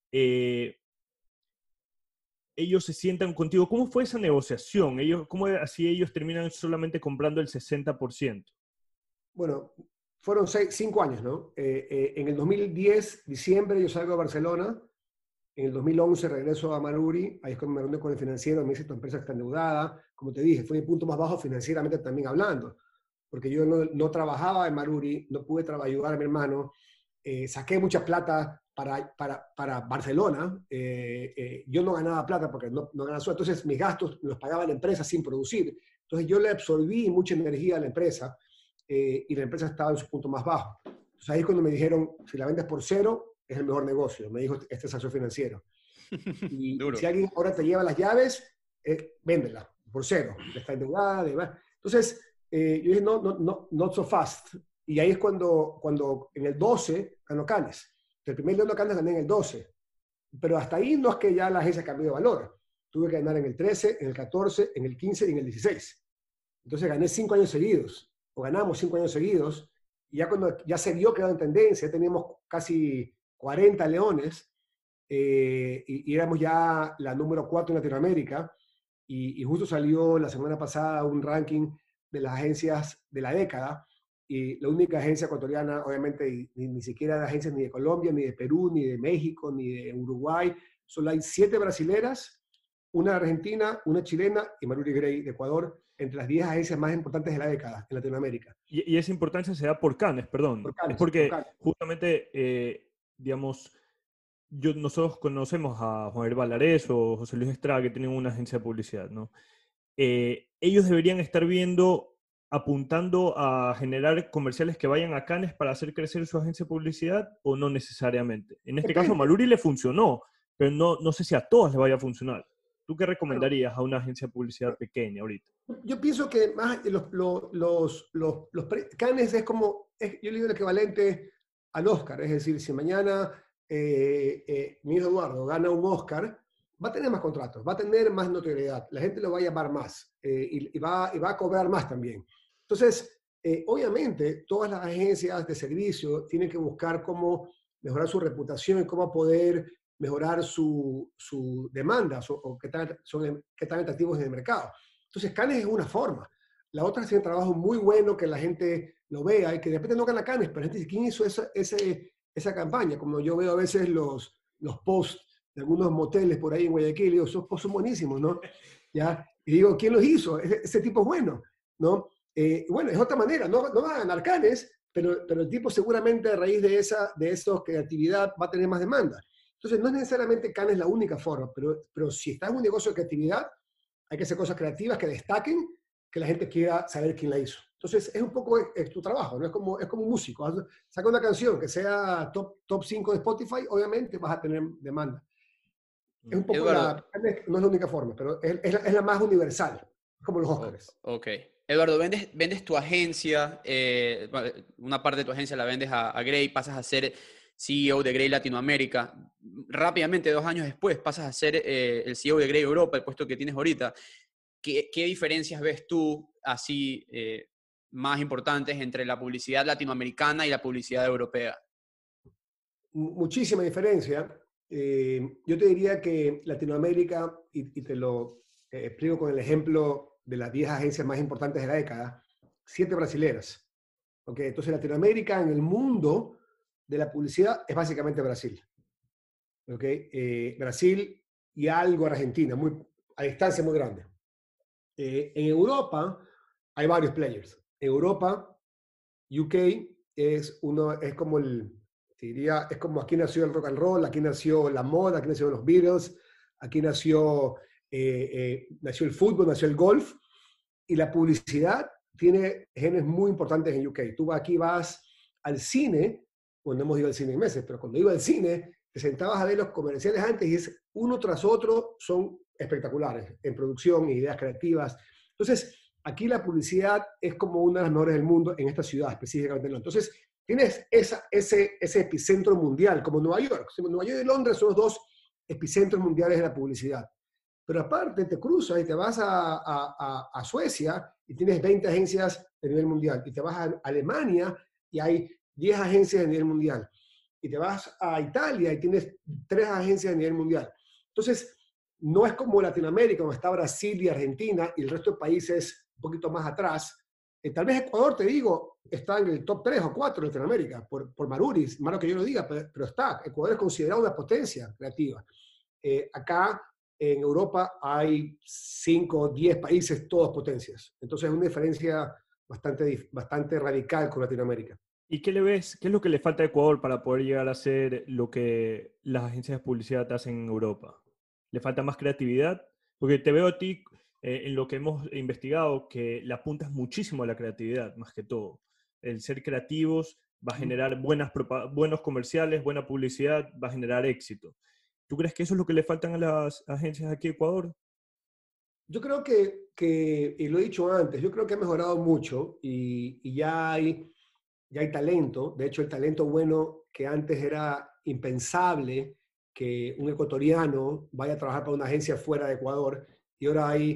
ellos se sientan contigo. ¿Cómo fue esa negociación? ¿Cómo así ellos terminan solamente comprando el 60%? Bueno, fueron 5 años, ¿no? En el 2010, diciembre, yo salgo de Barcelona. En el 2011 regreso a Maruri. Ahí es cuando me reuní con el financiero. Me dice, tu empresa está endeudada. Como te dije, fue mi punto más bajo financieramente también hablando. Porque yo no trabajaba en Maruri, no pude ayudar a mi hermano. Saqué mucha plata para Barcelona. Yo no ganaba plata porque no ganaba sueldo. Entonces, mis gastos los pagaba la empresa sin producir. Entonces, yo le absorbí mucha energía a la empresa. Y la empresa estaba en su punto más bajo. Entonces ahí es cuando me dijeron, si la vendes por cero, es el mejor negocio. Me dijo este asesor financiero. Y si alguien ahora te lleva las llaves, véndela por cero. Está endeudada, demás. Entonces yo dije, no, not so fast. Y ahí es cuando en el 12 ganó Cannes. El primer León de Cannes gané en el 12. Pero hasta ahí no es que ya la agencia cambió de valor. Tuve que ganar en el 13, en el 14, en el 15 y en el 16. Entonces gané 5 años seguidos. O ganamos 5 años seguidos, ya cuando ya se vio que era en tendencia, teníamos casi 40 leones, y éramos ya la número 4 en Latinoamérica, y justo salió la semana pasada un ranking de las agencias de la década, y la única agencia ecuatoriana, obviamente, ni siquiera de agencias ni de Colombia, ni de Perú, ni de México, ni de Uruguay, solo hay 7 brasileras, una argentina, una chilena y Maruri Gray de Ecuador, entre las 10 agencias más importantes de la década en Latinoamérica. Y esa importancia se da por Cannes, perdón. Por Cannes, Es porque por Cannes. justamente, digamos, nosotros conocemos a Juan Gabriel Valarés o José Luis Estrada, que tienen una agencia de publicidad, ¿no? Ellos deberían estar apuntando a generar comerciales que vayan a Cannes para hacer crecer su agencia de publicidad, o no necesariamente. En este caso, a Maruri le funcionó, pero no sé si a todas les vaya a funcionar. ¿Tú qué recomendarías a una agencia de publicidad pequeña ahorita? Yo pienso que más Cannes es como, yo le digo el equivalente al Oscar, es decir, si mañana mi hijo Eduardo gana un Oscar, va a tener más contratos, va a tener más notoriedad, la gente lo va a llamar más, y va a cobrar más también. Entonces, obviamente, todas las agencias de servicio tienen que buscar cómo mejorar su reputación y cómo poder mejorar su demanda, o qué tan atractivos en el mercado. Entonces, Cannes es una forma. La otra es un trabajo muy bueno que la gente lo vea y que de repente no gana Cannes, pero la gente dice, ¿quién hizo esa campaña? Como yo veo a veces los posts de algunos moteles por ahí en Guayaquil, y digo, esos posts son buenísimos, ¿no? ¿Ya? Y digo, ¿quién los hizo? Ese tipo es bueno, ¿no? Bueno, es otra manera, no va a ganar Cannes, pero el tipo seguramente a raíz de esa creatividad va a tener más demanda. Entonces, no es necesariamente Cannes la única forma, pero si estás en un negocio de creatividad, hay que hacer cosas creativas que destaquen, que la gente quiera saber quién la hizo. Entonces, es un poco tu trabajo, ¿no? Es como un músico. Saca una canción que sea top 5 de Spotify, obviamente vas a tener demanda. Es un poco Eduardo, no es la única forma, pero es la más universal, como los Oscars. ok. Eduardo, vendes tu agencia, una parte de tu agencia la vendes a Gray, pasas a ser CEO de Gray Latinoamérica. Rápidamente, 2 años después, pasas a ser el CEO de Gray Europa, el puesto que tienes ahorita. ¿Qué diferencias ves tú así más importantes entre la publicidad latinoamericana y la publicidad europea? Muchísima diferencia. Yo te diría que Latinoamérica, y te lo explico con el ejemplo de las 10 agencias más importantes de la década, 7 brasileras. ¿Okay? Entonces, Latinoamérica en el mundo de la publicidad es básicamente Brasil. ¿Okay? Brasil y algo Argentina, a distancia muy grande. En Europa hay varios players. En Europa, UK es como es como aquí nació el rock and roll, aquí nació la moda, aquí nació los Beatles, aquí nació el fútbol, nació el golf, y la publicidad tiene genes muy importantes en UK. Tú aquí vas al cine, bueno, no hemos ido al cine en meses, pero cuando iba al cine, te sentabas a ver los comerciales antes y es uno tras otro, son espectaculares en producción, ideas creativas. Entonces, aquí la publicidad es como una de las mejores del mundo en esta ciudad específicamente. Entonces, tienes ese epicentro mundial, como Nueva York. Nueva York y Londres son los 2 epicentros mundiales de la publicidad. Pero aparte te cruzas y te vas a Suecia y tienes 20 agencias de nivel mundial. Y te vas a Alemania y hay 10 agencias de nivel mundial. Y te vas a Italia y tienes 3 agencias de nivel mundial. Entonces, no es como Latinoamérica, donde está Brasil y Argentina y el resto de países un poquito más atrás. Tal vez Ecuador, te digo, está en el top 3 o 4 de Latinoamérica, por Maruris, malo que yo lo diga, pero está. Ecuador es considerado una potencia creativa. Acá en Europa hay 5 o 10 países, todos potencias. Entonces es una diferencia bastante radical con Latinoamérica. ¿Y qué le ves? ¿Qué es lo que le falta a Ecuador para poder llegar a hacer lo que las agencias de publicidad hacen en Europa? ¿Le falta más creatividad? Porque te veo a ti, en lo que hemos investigado, que le apuntas muchísimo a la creatividad, más que todo. El ser creativos va a generar buenos comerciales, buena publicidad, va a generar éxito. ¿Tú crees que eso es lo que le faltan a las agencias aquí en Ecuador? Yo creo y lo he dicho antes, yo creo que ha mejorado mucho y ya hay talento. De hecho, el talento bueno que antes era impensable que un ecuatoriano vaya a trabajar para una agencia fuera de Ecuador, y ahora hay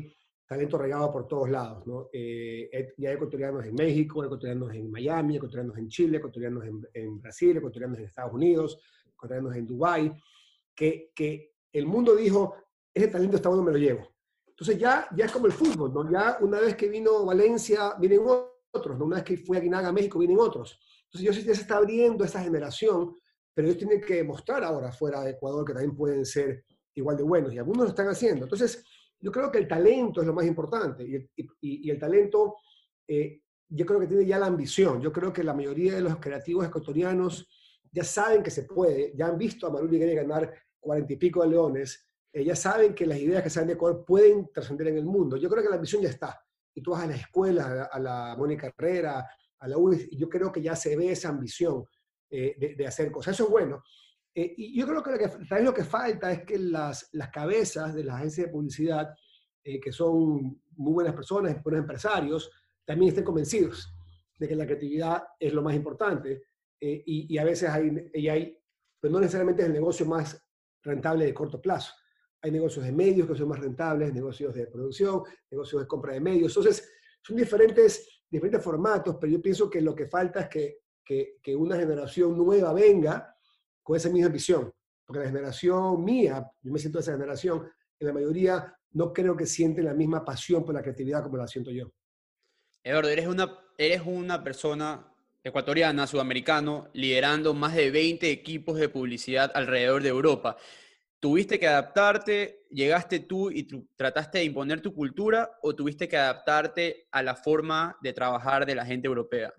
talento regado por todos lados, ¿no? Ya hay ecuatorianos en México, ecuatorianos en Miami, ecuatorianos en Chile, ecuatorianos en Brasil, ecuatorianos en Estados Unidos, ecuatorianos en Dubái, que el mundo dijo, ese talento está bueno, me lo llevo. Entonces ya es como el fútbol, ¿no? Ya una vez que vino Valencia, vienen otros, ¿no? Una vez que fue Aguinaga a México, vienen otros. Entonces yo sé que ya se está abriendo esa generación, pero ellos tienen que mostrar ahora fuera de Ecuador que también pueden ser igual de buenos, y algunos lo están haciendo. Entonces, yo creo que el talento es lo más importante, y el talento, yo creo que tiene ya la ambición. Yo creo que la mayoría de los creativos ecuatorianos ya saben que se puede, ya han visto a Manuel Miguel ganar 40 y pico de leones, ya saben que las ideas que salen de Ecuador pueden trascender en el mundo. Yo creo que la ambición ya está. Y tú vas a las escuelas, a la Mónica Herrera, a la UIS, y yo creo que ya se ve esa ambición de hacer cosas. Eso es bueno. Y yo creo que también lo que falta es que las cabezas de las agencias de publicidad, que son muy buenas personas, buenos empresarios, también estén convencidos de que la creatividad es lo más importante. Y a veces pero no necesariamente es el negocio más rentable de corto plazo. Hay negocios de medios que son más rentables, negocios de producción, negocios de compra de medios. Entonces, son diferentes formatos, pero yo pienso que lo que falta es que una generación nueva venga con esa misma visión. Porque la generación mía, yo me siento de esa generación, en la mayoría no creo que sienten la misma pasión por la creatividad como la siento yo. Eduardo, eres una persona ecuatoriana, sudamericano, liderando más de 20 equipos de publicidad alrededor de Europa. ¿Tuviste que adaptarte? ¿Llegaste tú y trataste de imponer tu cultura o tuviste que adaptarte a la forma de trabajar de la gente europea?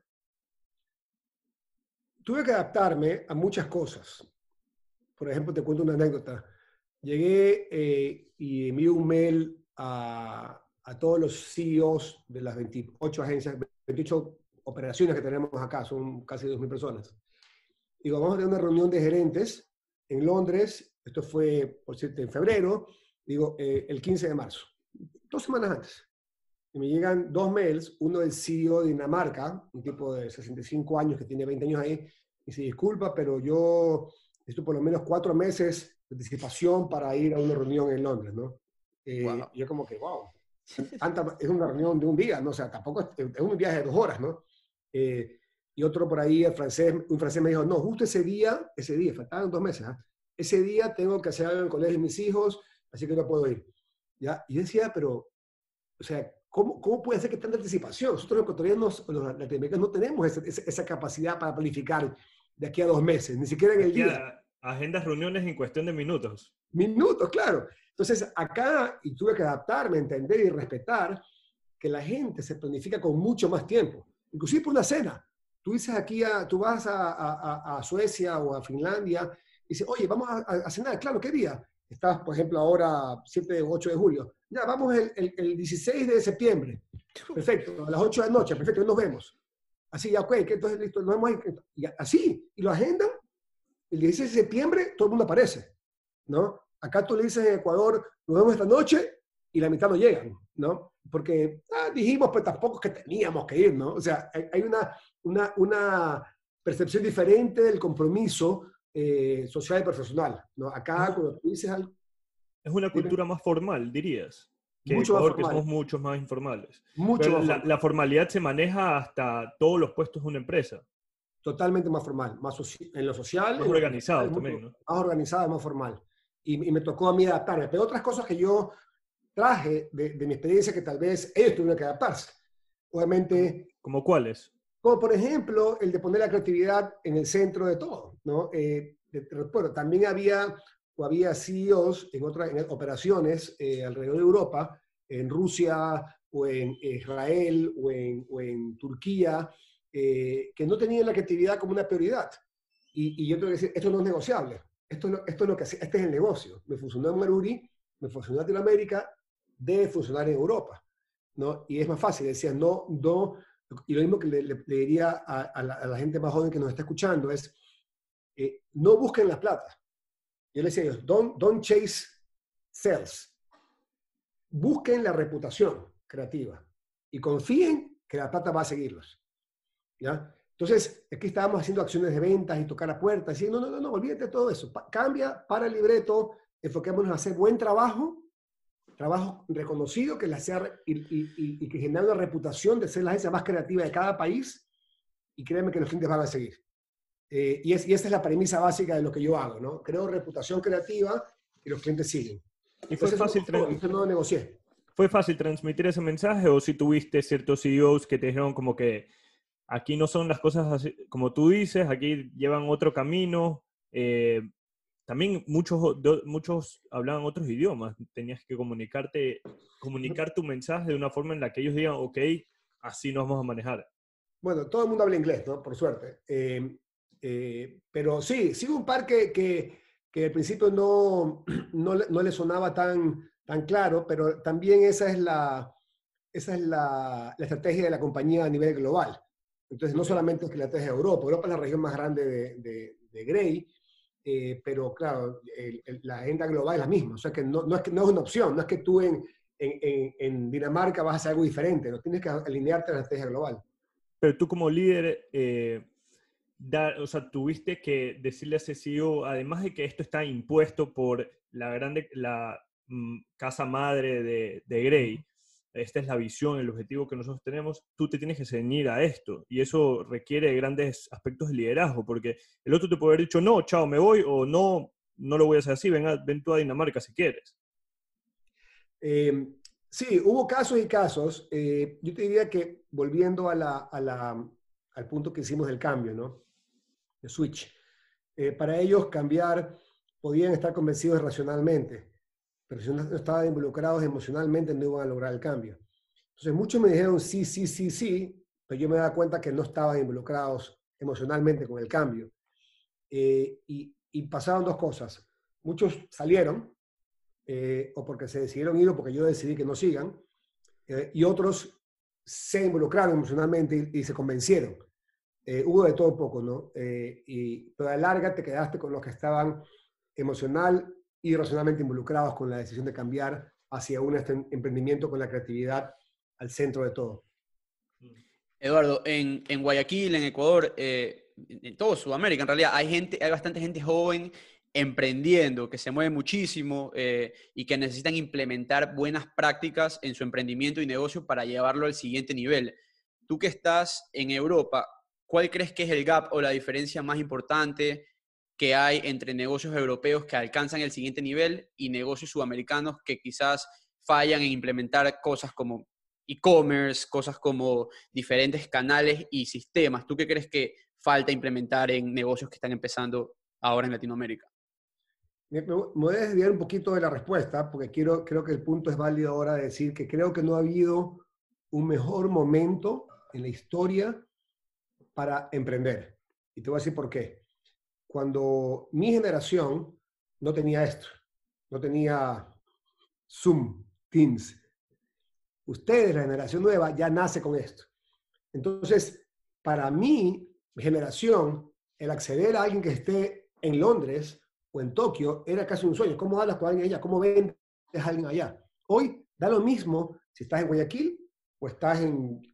Tuve que adaptarme a muchas cosas. Por ejemplo, te cuento una anécdota. Llegué y envié un mail a todos los CEOs de las 28 agencias, 28 operaciones que tenemos acá, son casi 2.000 personas. Digo, vamos a tener una reunión de gerentes en Londres, esto fue, por cierto, en febrero, digo, el 15 de marzo, 2 semanas antes. Y me llegan 2 mails, uno del CEO de Dinamarca, un tipo de 65 años que tiene 20 años ahí, y dice, disculpa, pero yo necesito por lo menos 4 meses de anticipación para ir a una reunión en Londres, ¿no? Wow. Y yo como que, wow, es una reunión de un día, ¿no? O sea, tampoco es un viaje de 2 horas, ¿no? Y otro por ahí, un francés me dijo, no, justo ese día, faltaban 2 meses, ¿eh? Ese día tengo que hacer algo en el colegio de mis hijos, así que no puedo ir. ¿Ya? Y yo decía, pero, o sea, ¿cómo puede ser que tanta anticipación? Nosotros los ecuatorianos, los latinoamericanos, no tenemos esa capacidad para planificar de aquí a 2 meses, ni siquiera en el día. Agendas reuniones en cuestión de minutos. Minutos, claro. Entonces, acá, y tuve que adaptarme, entender y respetar que la gente se planifica con mucho más tiempo, inclusive por una cena. Tú dices aquí, tú vas a Suecia o a Finlandia, y dices, oye, vamos a cenar, claro, ¿qué día? Estás, por ejemplo, ahora 7 o 8 de julio. Ya, vamos el 16 de septiembre. Perfecto, a las 8 de la noche, perfecto, nos vemos. Así, ya, ok, entonces listo, nos vemos ahí. Y así, y lo agendan. El 16 de septiembre todo el mundo aparece, ¿no? Acá tú le dices en Ecuador, nos vemos esta noche, y la mitad no llegan, ¿no? Porque dijimos, pues tampoco es que teníamos que ir, ¿no? O sea, hay una percepción diferente del compromiso social y profesional, ¿no? Acá, cuando tú dices algo... Es una cultura más formal, dirías. Que Mucho Ecuador, más que formal. somos muchos más informales. Mucho Pero más formal. la formalidad se maneja hasta todos los puestos de una empresa. Totalmente más formal. En lo social. Más organizado también, ¿no? Más organizado, más formal. Y me tocó a mí adaptarme. Pero otras cosas que yo traje de mi experiencia que tal vez ellos tuvieron que adaptarse. Obviamente... ¿Como cuáles? Como por ejemplo el de poner la creatividad en el centro de todo, ¿no? Bueno, también había CEOs en operaciones alrededor de Europa, en Rusia o en Israel o en Turquía, que no tenían la creatividad como una prioridad. Y yo tengo que decir, esto no es negociable. Esto es lo que este es el negocio. Me funcionó en Maruri, me funcionó en Latinoamérica, debe funcionar en Europa, ¿no? Y es más fácil, decía, no, y lo mismo que le diría a la gente más joven que nos está escuchando es, no busquen la plata. Yo les decía a ellos, don't chase sales. Busquen la reputación creativa y confíen que la plata va a seguirlos, ¿ya? Entonces, aquí estábamos haciendo acciones de ventas y tocar a puertas, y no, olvídate de todo eso. Cambia, para el libreto, enfoquémonos a hacer buen trabajo, trabajo reconocido que y que genera una reputación de ser la agencia más creativa de cada país, y créeme que los clientes van a seguir. Y esa es la premisa básica de lo que yo hago, ¿no? Creo reputación creativa y los clientes siguen. ¿Y fue fácil, eso no lo negocié. ¿Fue fácil transmitir ese mensaje o si tuviste ciertos CEOs que te dijeron como que aquí no son las cosas así, como tú dices, aquí llevan otro camino? También muchos hablaban otros idiomas. Tenías que comunicar tu mensaje de una forma en la que ellos digan, ok, así nos vamos a manejar. Bueno, todo el mundo habla inglés, ¿no? Por suerte. Pero sí hubo un par que al principio no le sonaba tan claro, pero también esa es la estrategia de la compañía a nivel global. Entonces, no solamente es que la estrategia de Europa. Europa es la región más grande de Grey, pero claro, la agenda global es la misma. O sea que no es una opción, no es que tú en Dinamarca vas a hacer algo diferente, no tienes que alinearte a la estrategia global. Pero tú como líder, o sea, tuviste que decirle a ese CEO, además de que esto está impuesto por la casa madre de Grey, esta es la visión, el objetivo que nosotros tenemos, tú te tienes que ceñir a esto, y eso requiere grandes aspectos de liderazgo, porque el otro te puede haber dicho, no, chao, me voy, o no lo voy a hacer así, ven tú a Dinamarca si quieres. Sí, hubo casos y casos. Yo te diría que volviendo al punto que hicimos del cambio, ¿no? De switch. Para ellos cambiar, podían estar convencidos racionalmente, pero si no estaban involucrados emocionalmente no iban a lograr el cambio. Entonces muchos me dijeron sí, pero yo me daba cuenta que no estaban involucrados emocionalmente con el cambio. Y pasaron dos cosas. Muchos salieron, o porque se decidieron ir o porque yo decidí que no sigan, y otros se involucraron emocionalmente y se convencieron. Hubo de todo un poco, ¿no? Pero a la larga te quedaste con los que estaban emocional y racionalmente involucrados con la decisión de cambiar hacia un emprendimiento con la creatividad al centro de todo. Eduardo, en Guayaquil, en Ecuador, en todo Sudamérica en realidad, hay bastante gente joven emprendiendo, que se mueve muchísimo y que necesitan implementar buenas prácticas en su emprendimiento y negocio para llevarlo al siguiente nivel. Tú que estás en Europa, ¿cuál crees que es el gap o la diferencia más importante que hay entre negocios europeos que alcanzan el siguiente nivel y negocios sudamericanos que quizás fallan en implementar cosas como e-commerce, cosas como diferentes canales y sistemas? ¿Tú qué crees que falta implementar en negocios que están empezando ahora en Latinoamérica? Me voy a desviar un poquito de la respuesta porque creo que el punto es válido ahora de decir que creo que no ha habido un mejor momento en la historia para emprender. Y te voy a decir por qué. Cuando mi generación no tenía esto, no tenía Zoom, Teams. Ustedes, la generación nueva, ya nace con esto. Entonces, para mi generación, el acceder a alguien que esté en Londres o en Tokio era casi un sueño. ¿Cómo hablas con alguien allá? ¿Cómo vendes a alguien allá? Hoy da lo mismo si estás en Guayaquil o estás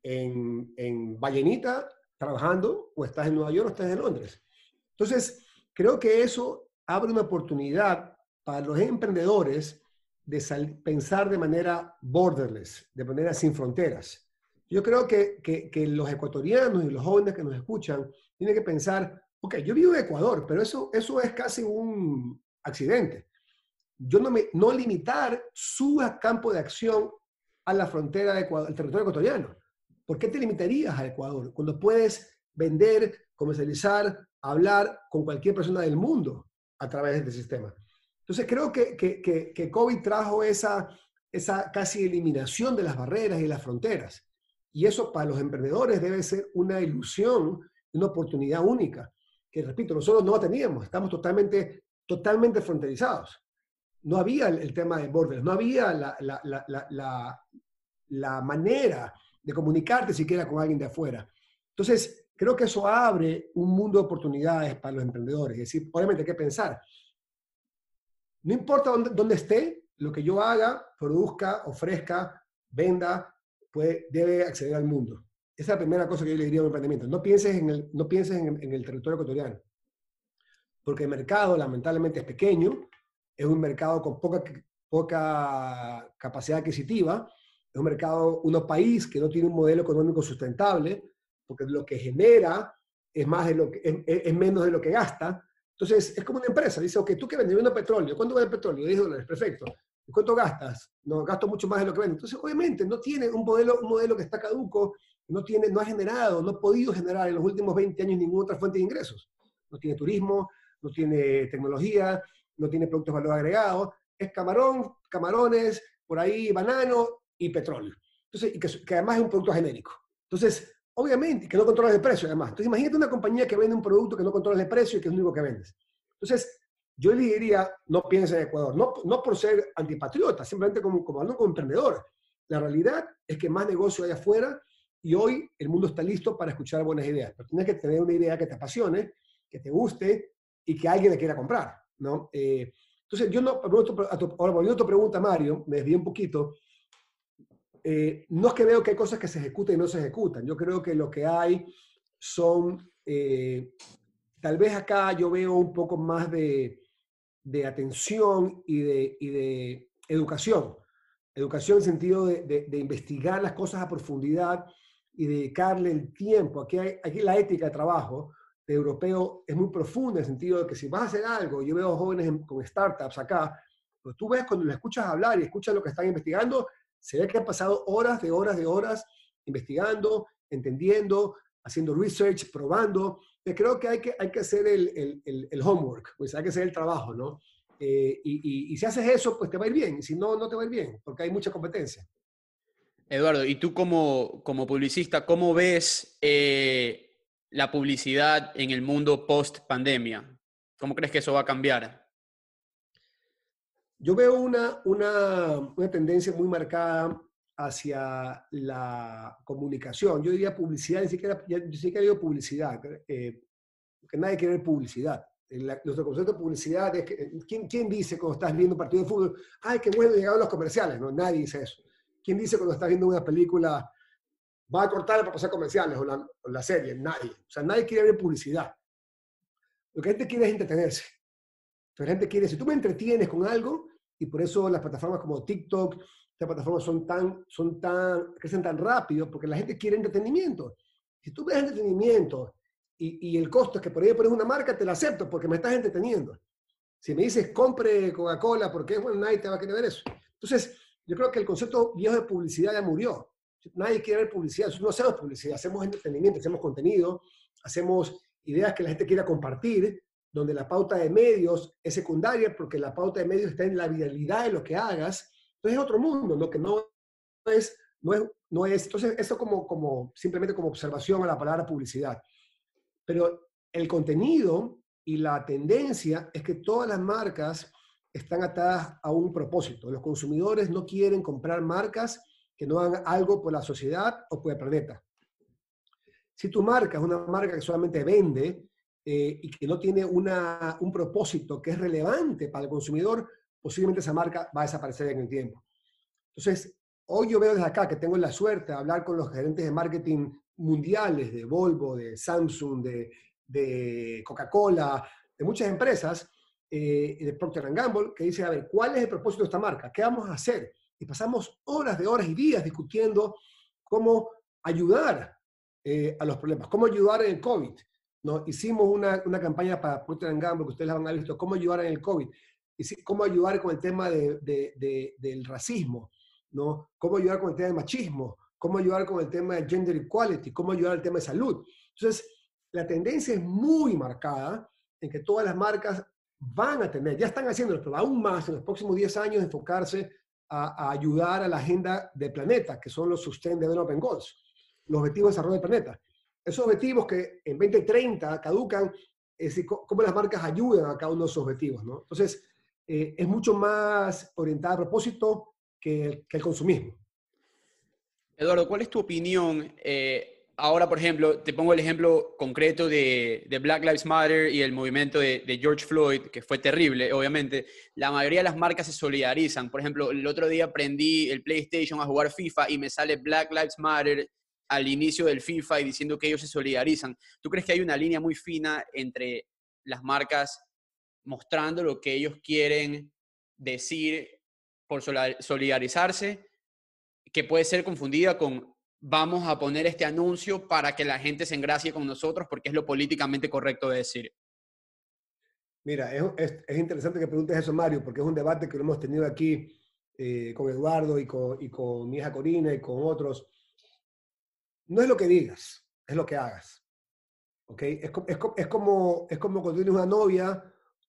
en Vallenita trabajando o estás en Nueva York o estás en Londres. Entonces, creo que eso abre una oportunidad para los emprendedores de pensar de manera borderless, de manera sin fronteras. Yo creo que los ecuatorianos y los jóvenes que nos escuchan tienen que pensar, ok, yo vivo en Ecuador, pero eso es casi un accidente. Yo no limitar su campo de acción a la frontera del territorio ecuatoriano. ¿Por qué te limitarías a Ecuador cuando puedes vender, comercializar, hablar con cualquier persona del mundo a través de este sistema? Entonces creo que COVID trajo esa casi eliminación de las barreras y las fronteras. Y eso para los emprendedores debe ser una ilusión, una oportunidad única. Que repito, nosotros no la teníamos, estamos totalmente fronterizados. No había el tema de borders, no había la manera de comunicarte siquiera con alguien de afuera. Entonces, creo que eso abre un mundo de oportunidades para los emprendedores. Es decir, obviamente hay que pensar, no importa dónde esté, lo que yo haga, produzca, ofrezca, venda, debe acceder al mundo. Esa es la primera cosa que yo le diría a un emprendimiento. No pienses en el territorio ecuatoriano, porque el mercado lamentablemente es pequeño, es un mercado con poca capacidad adquisitiva, es un mercado, país que no tiene un modelo económico sustentable, porque lo que genera es, más de lo que, es menos de lo que gasta. Entonces, es como una empresa, dice, ok, tú que vendes petróleo, ¿cuánto vale el petróleo? $10, perfecto. ¿Y cuánto gastas? No, gasto mucho más de lo que vende. Entonces, obviamente, no tiene un modelo que está caduco, no ha generado, no ha podido generar en los últimos 20 años ninguna otra fuente de ingresos. No tiene turismo, no tiene tecnología, no tiene productos de valor agregado, es camarón, camarones, por ahí banano y petróleo. Entonces, y que además es un producto genérico. Entonces, obviamente, que no controlas el precio además. Entonces, imagínate una compañía que vende un producto que no controlas el precio y que es lo único que vendes. Entonces, yo le diría, no piense en Ecuador, no por ser antipatriota, simplemente como hablando como emprendedor. La realidad es que más negocio hay afuera y hoy el mundo está listo para escuchar buenas ideas. Pero tienes que tener una idea que te apasione, que te guste y que alguien le quiera comprar, ¿no? Entonces, yo no, ahora volviendo a tu pregunta, Mario, me desvié un poquito. No es que veo que hay cosas que se ejecutan y no se ejecutan. Yo creo que lo que hay son, tal vez acá yo veo un poco más de atención y de educación. Educación en el sentido de investigar las cosas a profundidad y dedicarle el tiempo. Aquí la ética de trabajo de europeo es muy profunda en el sentido de que si vas a hacer algo, yo veo jóvenes con startups acá, pero tú ves cuando les escuchas hablar y escuchas lo que están investigando, se ve que han pasado horas de horas de horas investigando, entendiendo, haciendo research, probando. Creo que hay que hacer el homework, pues hay que hacer el trabajo, ¿no? Y si haces eso, pues te va a ir bien. Y si no, no te va a ir bien, porque hay mucha competencia. Eduardo, y tú como publicista, ¿cómo ves la publicidad en el mundo post-pandemia? ¿Cómo crees que eso va a cambiar? Yo veo una tendencia muy marcada hacia la comunicación. Yo diría publicidad, ni siquiera digo publicidad, porque nadie quiere ver publicidad. Nuestro concepto de publicidad es que, ¿quién dice cuando estás viendo un partido de fútbol, ay, qué bueno llegaron los comerciales? No, nadie dice eso. ¿Quién dice cuando estás viendo una película, va a cortar para pasar comerciales o la serie? Nadie. O sea, nadie quiere ver publicidad. Lo que la gente quiere es entretenerse. La gente quiere, si tú me entretienes con algo, y por eso las plataformas como TikTok, estas plataformas crecen tan rápido, porque la gente quiere entretenimiento. Si tú ves entretenimiento y el costo es que por ahí pones una marca, te la acepto porque me estás entreteniendo. Si me dices, compre Coca-Cola, porque bueno, nadie te va a querer ver eso. Entonces, yo creo que el concepto viejo de publicidad ya murió. Nadie quiere ver publicidad. Nosotros no hacemos publicidad, hacemos entretenimiento, hacemos contenido, hacemos ideas que la gente quiera compartir, donde la pauta de medios es secundaria, porque la pauta de medios está en la viralidad de lo que hagas. Entonces es otro mundo, ¿no? Que no es. Entonces, esto simplemente como observación a la palabra publicidad. Pero el contenido y la tendencia es que todas las marcas están atadas a un propósito. Los consumidores no quieren comprar marcas que no hagan algo por la sociedad o por el planeta. Si tu marca es una marca que solamente vende y que no tiene un propósito que es relevante para el consumidor, posiblemente esa marca va a desaparecer en el tiempo. Entonces, hoy yo veo desde acá que tengo la suerte de hablar con los gerentes de marketing mundiales de Volvo, de Samsung, de Coca-Cola, de muchas empresas, de Procter & Gamble, que dicen, a ver, ¿cuál es el propósito de esta marca? ¿Qué vamos a hacer? Y pasamos horas de horas y días discutiendo cómo ayudar a los problemas, cómo ayudar en el COVID, ¿no? Hicimos una campaña para Procter & Gamble, que ustedes la van a haber visto, cómo ayudar en el COVID, cómo ayudar con el tema del racismo, ¿no? Cómo ayudar con el tema del machismo, cómo ayudar con el tema del gender equality, cómo ayudar al tema de salud. Entonces, la tendencia es muy marcada en que todas las marcas van a tener, ya están haciéndolo, pero aún más en los próximos 10 años enfocarse a ayudar a la agenda del planeta, que son los Sustainable Development Goals, los objetivos de desarrollo del planeta. Esos objetivos que en 2030 caducan, es decir, cómo las marcas ayudan a cada uno de esos objetivos, ¿no? Entonces, es mucho más orientada a propósito que el consumismo. Eduardo, ¿cuál es tu opinión? Ahora, por ejemplo, te pongo el ejemplo concreto de Black Lives Matter y el movimiento de George Floyd, que fue terrible, obviamente. La mayoría de las marcas se solidarizan. Por ejemplo, el otro día prendí el PlayStation a jugar FIFA y me sale Black Lives Matter al inicio del FIFA y diciendo que ellos se solidarizan. ¿Tú crees que hay una línea muy fina entre las marcas mostrando lo que ellos quieren decir por solidarizarse, que puede ser confundida con vamos a poner este anuncio para que la gente se engracie con nosotros porque es lo políticamente correcto de decir. Mira, es interesante que preguntes eso, Mario, porque es un debate que lo hemos tenido aquí con Eduardo y con mi hija Corina y con otros. No es lo que digas, es lo que hagas. ¿Ok? Es como cuando tienes una novia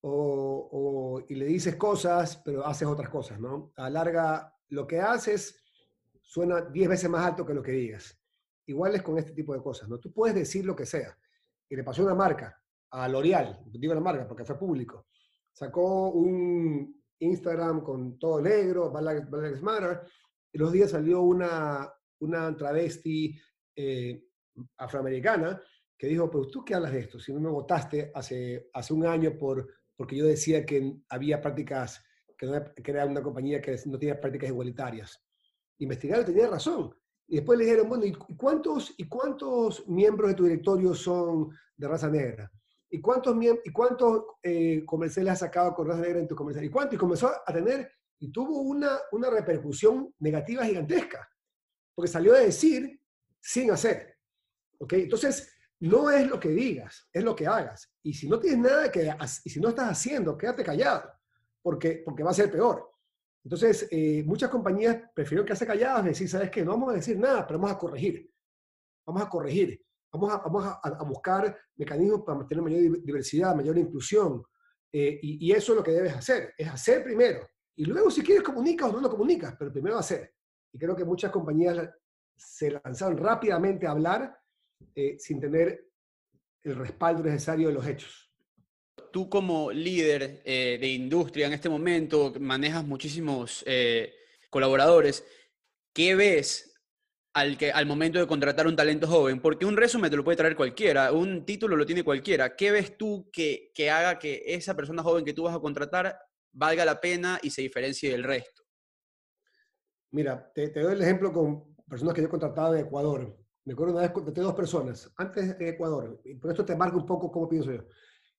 y le dices cosas, pero haces otras cosas, ¿no? A la larga, lo que haces suena 10 veces más alto que lo que digas. Igual es con este tipo de cosas, ¿no? Tú puedes decir lo que sea. Y le pasó a una marca, a L'Oreal, digo la marca porque fue público. Sacó un Instagram con todo negro, Black Lives Matter, y los días salió una travesti afroamericana que dijo, pero ¿tú qué hablas de esto? Si no me votaste hace un año porque yo decía que había prácticas, que era una compañía que no tenía prácticas igualitarias. Investigaron y tenía razón. Y después le dijeron, bueno, ¿y cuántos miembros de tu directorio son de raza negra? ¿Y cuántos comerciales has sacado con raza negra en tu comercial? ¿Y cuánto? Y comenzó a tener, y tuvo una repercusión negativa gigantesca, porque salió a decir sin hacer. ¿Ok? Entonces, no es lo que digas, es lo que hagas. Y si no tienes nada y si no estás haciendo, quédate callado, porque va a ser peor. Entonces, muchas compañías prefieren quedarse calladas y decir, ¿sabes qué? No vamos a decir nada, pero vamos a corregir. Vamos a corregir. Vamos a buscar mecanismos para tener mayor diversidad, mayor inclusión. Y eso es lo que debes hacer. Es hacer primero. Y luego, si quieres, comunicas o no lo comunicas, pero primero hacer. Y creo que muchas compañías se lanzaron rápidamente a hablar sin tener el respaldo necesario de los hechos. Tú como líder de industria en este momento, manejas muchísimos colaboradores, ¿qué ves al momento de contratar un talento joven? Porque un resumen te lo puede traer cualquiera, un título lo tiene cualquiera. ¿Qué ves tú que haga que esa persona joven que tú vas a contratar valga la pena y se diferencie del resto? Mira, te doy el ejemplo con personas que yo he contratado en Ecuador. Me acuerdo una vez contraté 2 personas, antes en Ecuador, y por esto te marca un poco cómo pienso yo.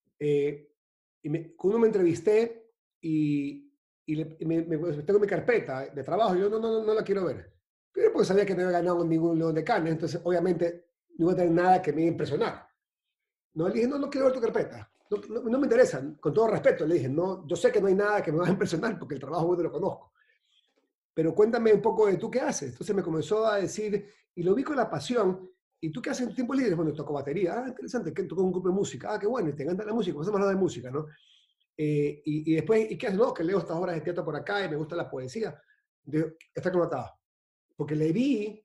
Con uno me entrevisté tengo mi carpeta de trabajo, y yo no la quiero ver. Pero porque sabía que no había ganado ningún León de Cannes, entonces obviamente no iba a tener nada que me iba a impresionar. No, le dije, no quiero ver tu carpeta, no me interesa, con todo respeto, le dije, no, yo sé que no hay nada que me va a impresionar porque el trabajo bueno lo conozco, pero cuéntame un poco de tú qué haces. Entonces me comenzó a decir, y lo vi con la pasión, ¿y tú qué haces en tu tiempo libre? Bueno, toco batería, interesante, que toco un grupo de música, qué bueno, y te encanta la música, vamos a hablar de música, ¿no? Y después, ¿y qué haces? No, que leo estas obras de teatro por acá y me gusta la poesía. Está conectado. Porque le vi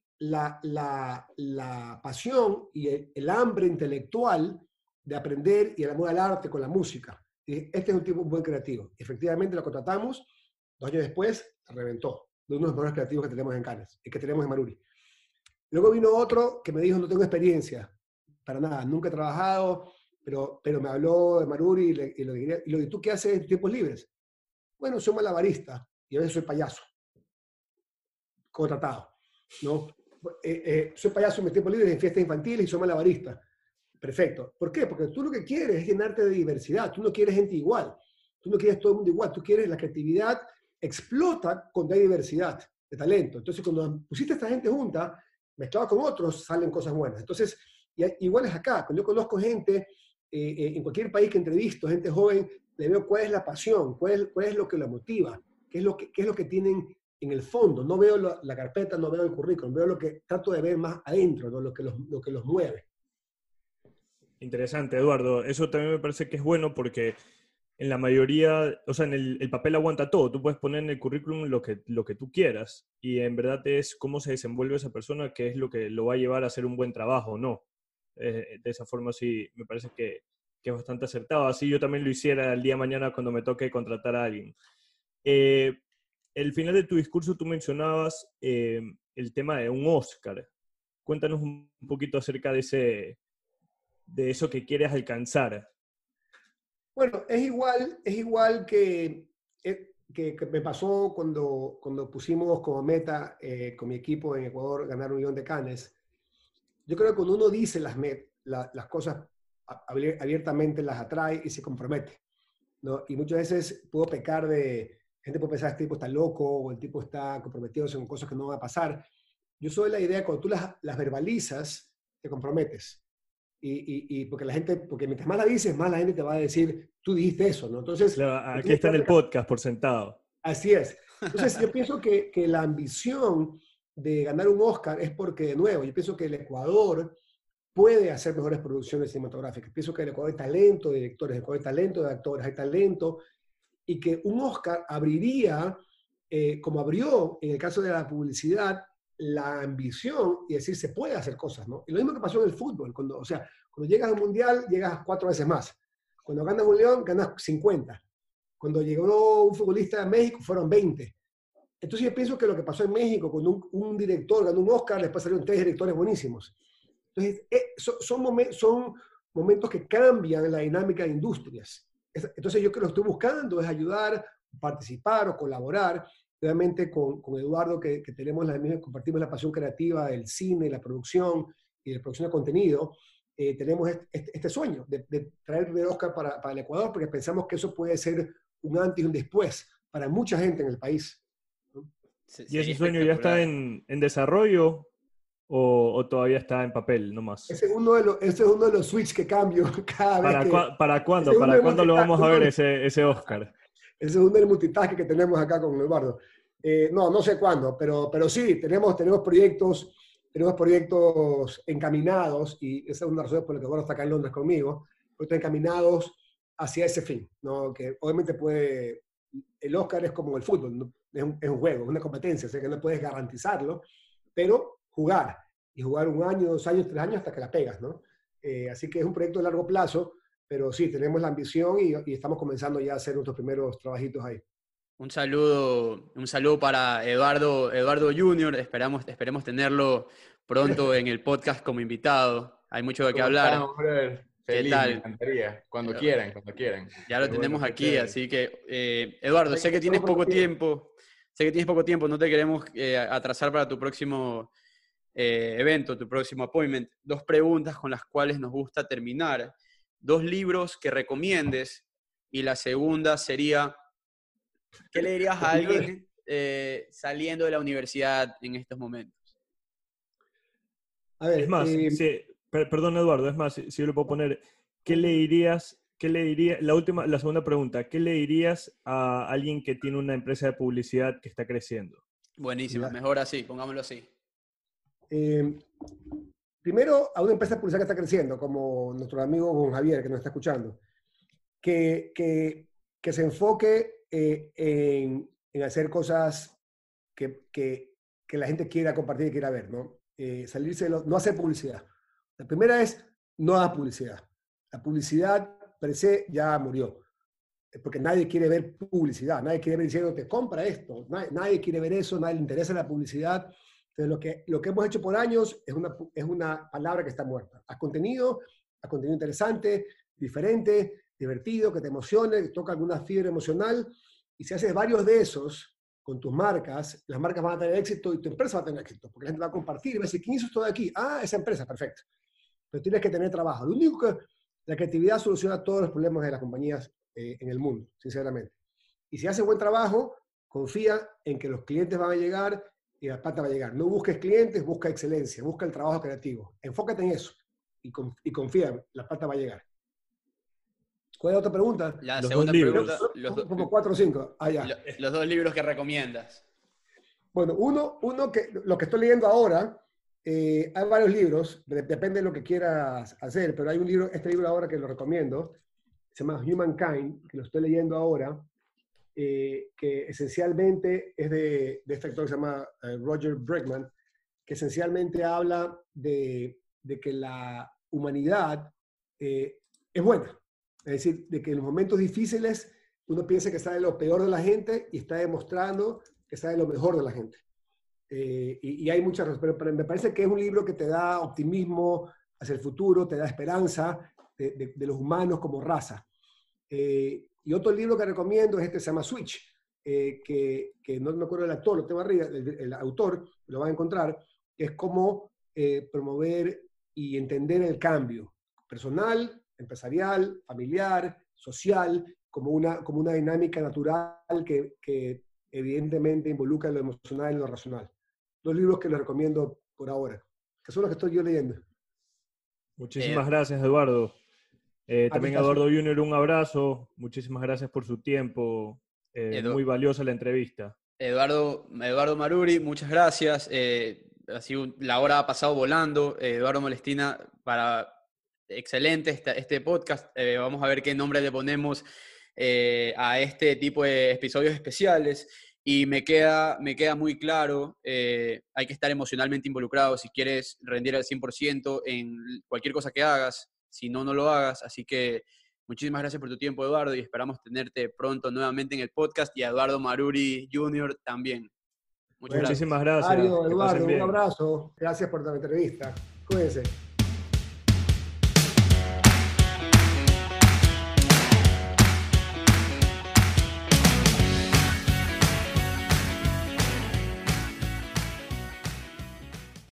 la pasión y el hambre intelectual de aprender y el amor al arte con la música. Y este es un tipo muy creativo. Efectivamente lo contratamos, 2 años después reventó, de uno de los mejores creativos que tenemos en Cannes y que tenemos en Maruri. Luego vino otro que me dijo, no tengo experiencia, para nada, nunca he trabajado, pero me habló de Maruri y lo de ¿tú qué haces en tiempos libres? Bueno, soy malabarista y a veces soy payaso, contratado, ¿no? Soy payaso en mis tiempos libres en fiestas infantiles y soy malabarista. Perfecto. ¿Por qué? Porque tú lo que quieres es llenarte de diversidad, tú no quieres gente igual, tú no quieres todo el mundo igual, tú quieres la creatividad, explota cuando hay diversidad de talento. Entonces, cuando pusiste a esta gente junta, mezclada con otros, salen cosas buenas. Entonces, igual es acá, cuando yo conozco gente en cualquier país que entrevisto, gente joven, le veo cuál es la pasión, cuál es lo que la motiva, qué es lo que tienen en el fondo. No veo la carpeta, no veo el currículum, veo lo que trato de ver más adentro, ¿no? lo que los mueve. Interesante, Eduardo. Eso también me parece que es bueno porque en la mayoría, o sea, en el papel aguanta todo. Tú puedes poner en el currículum lo que tú quieras y en verdad es cómo se desenvuelve esa persona que es lo que lo va a llevar a hacer un buen trabajo o no. De esa forma sí me parece que es bastante acertado. Así yo también lo hiciera el día de mañana cuando me toque contratar a alguien. El final de tu discurso tú mencionabas el tema de un Oscar. Cuéntanos un poquito acerca de eso que quieres alcanzar. Bueno, es igual que me pasó cuando pusimos como meta con mi equipo en Ecuador ganar un León de Cannes. Yo creo que cuando uno dice las cosas abiertamente, las atrae y se compromete, ¿no? Y muchas veces puedo pecar de Gente puede pensar, este tipo está loco o el tipo está comprometido con cosas que no van a pasar. Yo soy la idea, cuando tú las verbalizas, te comprometes. Porque porque mientras más la dices, más la gente te va a decir, tú dijiste eso, ¿no? Entonces, Claro, tú aquí tienes está que en el darte podcast por sentado. Así es. Entonces, yo pienso que la ambición de ganar un Oscar es porque, de nuevo, yo pienso que el Ecuador puede hacer mejores producciones cinematográficas. Pienso que en el Ecuador hay talento de directores, en el Ecuador hay talento de actores, hay talento, y que un Oscar abriría, como abrió en el caso de la publicidad, la ambición y decir, se puede hacer cosas, ¿no? Y lo mismo que pasó en el fútbol, o sea, cuando llegas al Mundial, llegas 4 veces más. Cuando ganas un León, ganas 50. Cuando llegó un futbolista a México, fueron 20. Entonces yo pienso que lo que pasó en México, cuando un director ganó un Oscar, después salieron 3 directores buenísimos. Entonces, son momentos que cambian la dinámica de industrias. Entonces yo creo que lo que estoy buscando es ayudar, participar o colaborar, realmente con Eduardo, que tenemos compartimos la pasión creativa del cine, la producción y la producción de contenido. Tenemos este sueño de traer el primer Oscar para el Ecuador, porque pensamos que eso puede ser un antes y un después para mucha gente en el país. ¿Y ese Sería sueño ya está espectacular. en desarrollo o todavía está en papel nomás? Ese es uno de los switches que cambio cada vez que... ¿Para Ese cuándo? es uno ¿Para del cuándo lo multitask, vamos a ver ese Oscar? ese es uno del multitask que tenemos acá con Eduardo. No sé cuándo, pero sí, tenemos proyectos encaminados, y esa es una razón por la que Eduardo está acá en Londres conmigo, proyectos encaminados hacia ese fin, ¿no? Que obviamente el Oscar es como el fútbol, ¿no? Es un juego, es una competencia, o sea que no puedes garantizarlo, pero jugar, y jugar 1 año, 2 años, 3 años hasta que la pegas, ¿no? Así que es un proyecto de largo plazo, pero sí, tenemos la ambición y estamos comenzando ya a hacer nuestros primeros trabajitos ahí. Un saludo para Eduardo Junior. Esperemos tenerlo pronto en el podcast como invitado. Hay mucho de qué ¿Cómo están, hablar. brother? ¿Qué Feliz, me tal? encantaría. Cuando Eh, quieran, cuando quieran. Ya lo Qué bueno, tenemos qué aquí, chévere. así que, Eduardo, sé que tienes poco tiempo. Sé que tienes poco tiempo, no te queremos atrasar para tu próximo evento, tu próximo appointment. 2 preguntas con las cuales nos gusta terminar. 2 libros que recomiendes. Y la segunda sería, ¿qué le dirías a alguien saliendo de la universidad en estos momentos? A Es ver, más, perdón Eduardo, es más, si yo le puedo poner, la segunda pregunta, ¿qué le dirías a alguien que tiene una empresa de publicidad que está creciendo? Buenísima, ya. mejor así, pongámoslo así. Primero, a una empresa de publicidad que está creciendo, como nuestro amigo Juan Javier, que nos está escuchando, que se enfoque en hacer cosas que la gente quiera compartir y quiera ver, ¿no? No hacer publicidad. La primera es no hagas publicidad. La publicidad per se ya murió, porque nadie quiere ver publicidad, nadie quiere ver diciendo te compra esto, nadie quiere ver eso, nadie le interesa la publicidad. Entonces lo que hemos hecho por años es una palabra que está muerta. Haz contenido interesante, diferente, divertido, que te emocione, que toca alguna fibra emocional, y si haces varios de esos con tus marcas, las marcas van a tener éxito y tu empresa va a tener éxito, porque la gente va a compartir y va a decir, ¿quién hizo esto de aquí? Ah, esa empresa, perfecto. Pero tienes que tener trabajo. Lo único que la creatividad soluciona todos los problemas de las compañías en el mundo, sinceramente. Y si haces buen trabajo, confía en que los clientes van a llegar y la plata va a llegar. No busques clientes, busca excelencia, busca el trabajo creativo. Enfócate en eso y confía, la plata va a llegar. ¿Cuál es la otra pregunta? La Los 2 segunda pregunta, libros. Como 4 o 5. Ah, ya. los 2 libros que recomiendas. Bueno, uno que lo que estoy leyendo ahora, hay varios libros, depende de lo que quieras hacer, pero hay este libro ahora que lo recomiendo, se llama Humankind, que lo estoy leyendo ahora, que esencialmente es de este actor que se llama Roger Bregman, que esencialmente habla de que la humanidad es buena. Es decir, de que en los momentos difíciles uno piensa que está de lo peor de la gente y está demostrando que está de lo mejor de la gente. Y hay muchas cosas, pero me parece que es un libro que te da optimismo hacia el futuro, te da esperanza de los humanos como raza. Y otro libro que recomiendo es este, se llama Switch, que no me acuerdo del actor, lo tengo arriba, el autor, lo van a encontrar, que es cómo promover y entender el cambio personal, empresarial, familiar, social, como una dinámica natural que evidentemente involucra lo emocional y lo racional. 2 libros que les recomiendo por ahora, que son los que estoy yo leyendo. Muchísimas gracias, Eduardo. También a Eduardo. Eduardo Junior, un abrazo. Muchísimas gracias por su tiempo. Muy valiosa la entrevista. Eduardo Maruri, muchas gracias. La hora ha pasado volando. Eduardo Molestina, excelente este podcast. Vamos a ver qué nombre le ponemos a este tipo de episodios especiales. Y me queda muy claro, hay que estar emocionalmente involucrado si quieres rendir al 100% en cualquier cosa que hagas. Si no, no lo hagas. Así que muchísimas gracias por tu tiempo, Eduardo, y esperamos tenerte pronto nuevamente en el podcast, y a Eduardo Maruri Jr. también. Muchísimas gracias. Mario, Eduardo, un abrazo. Gracias por la entrevista. Cuídense.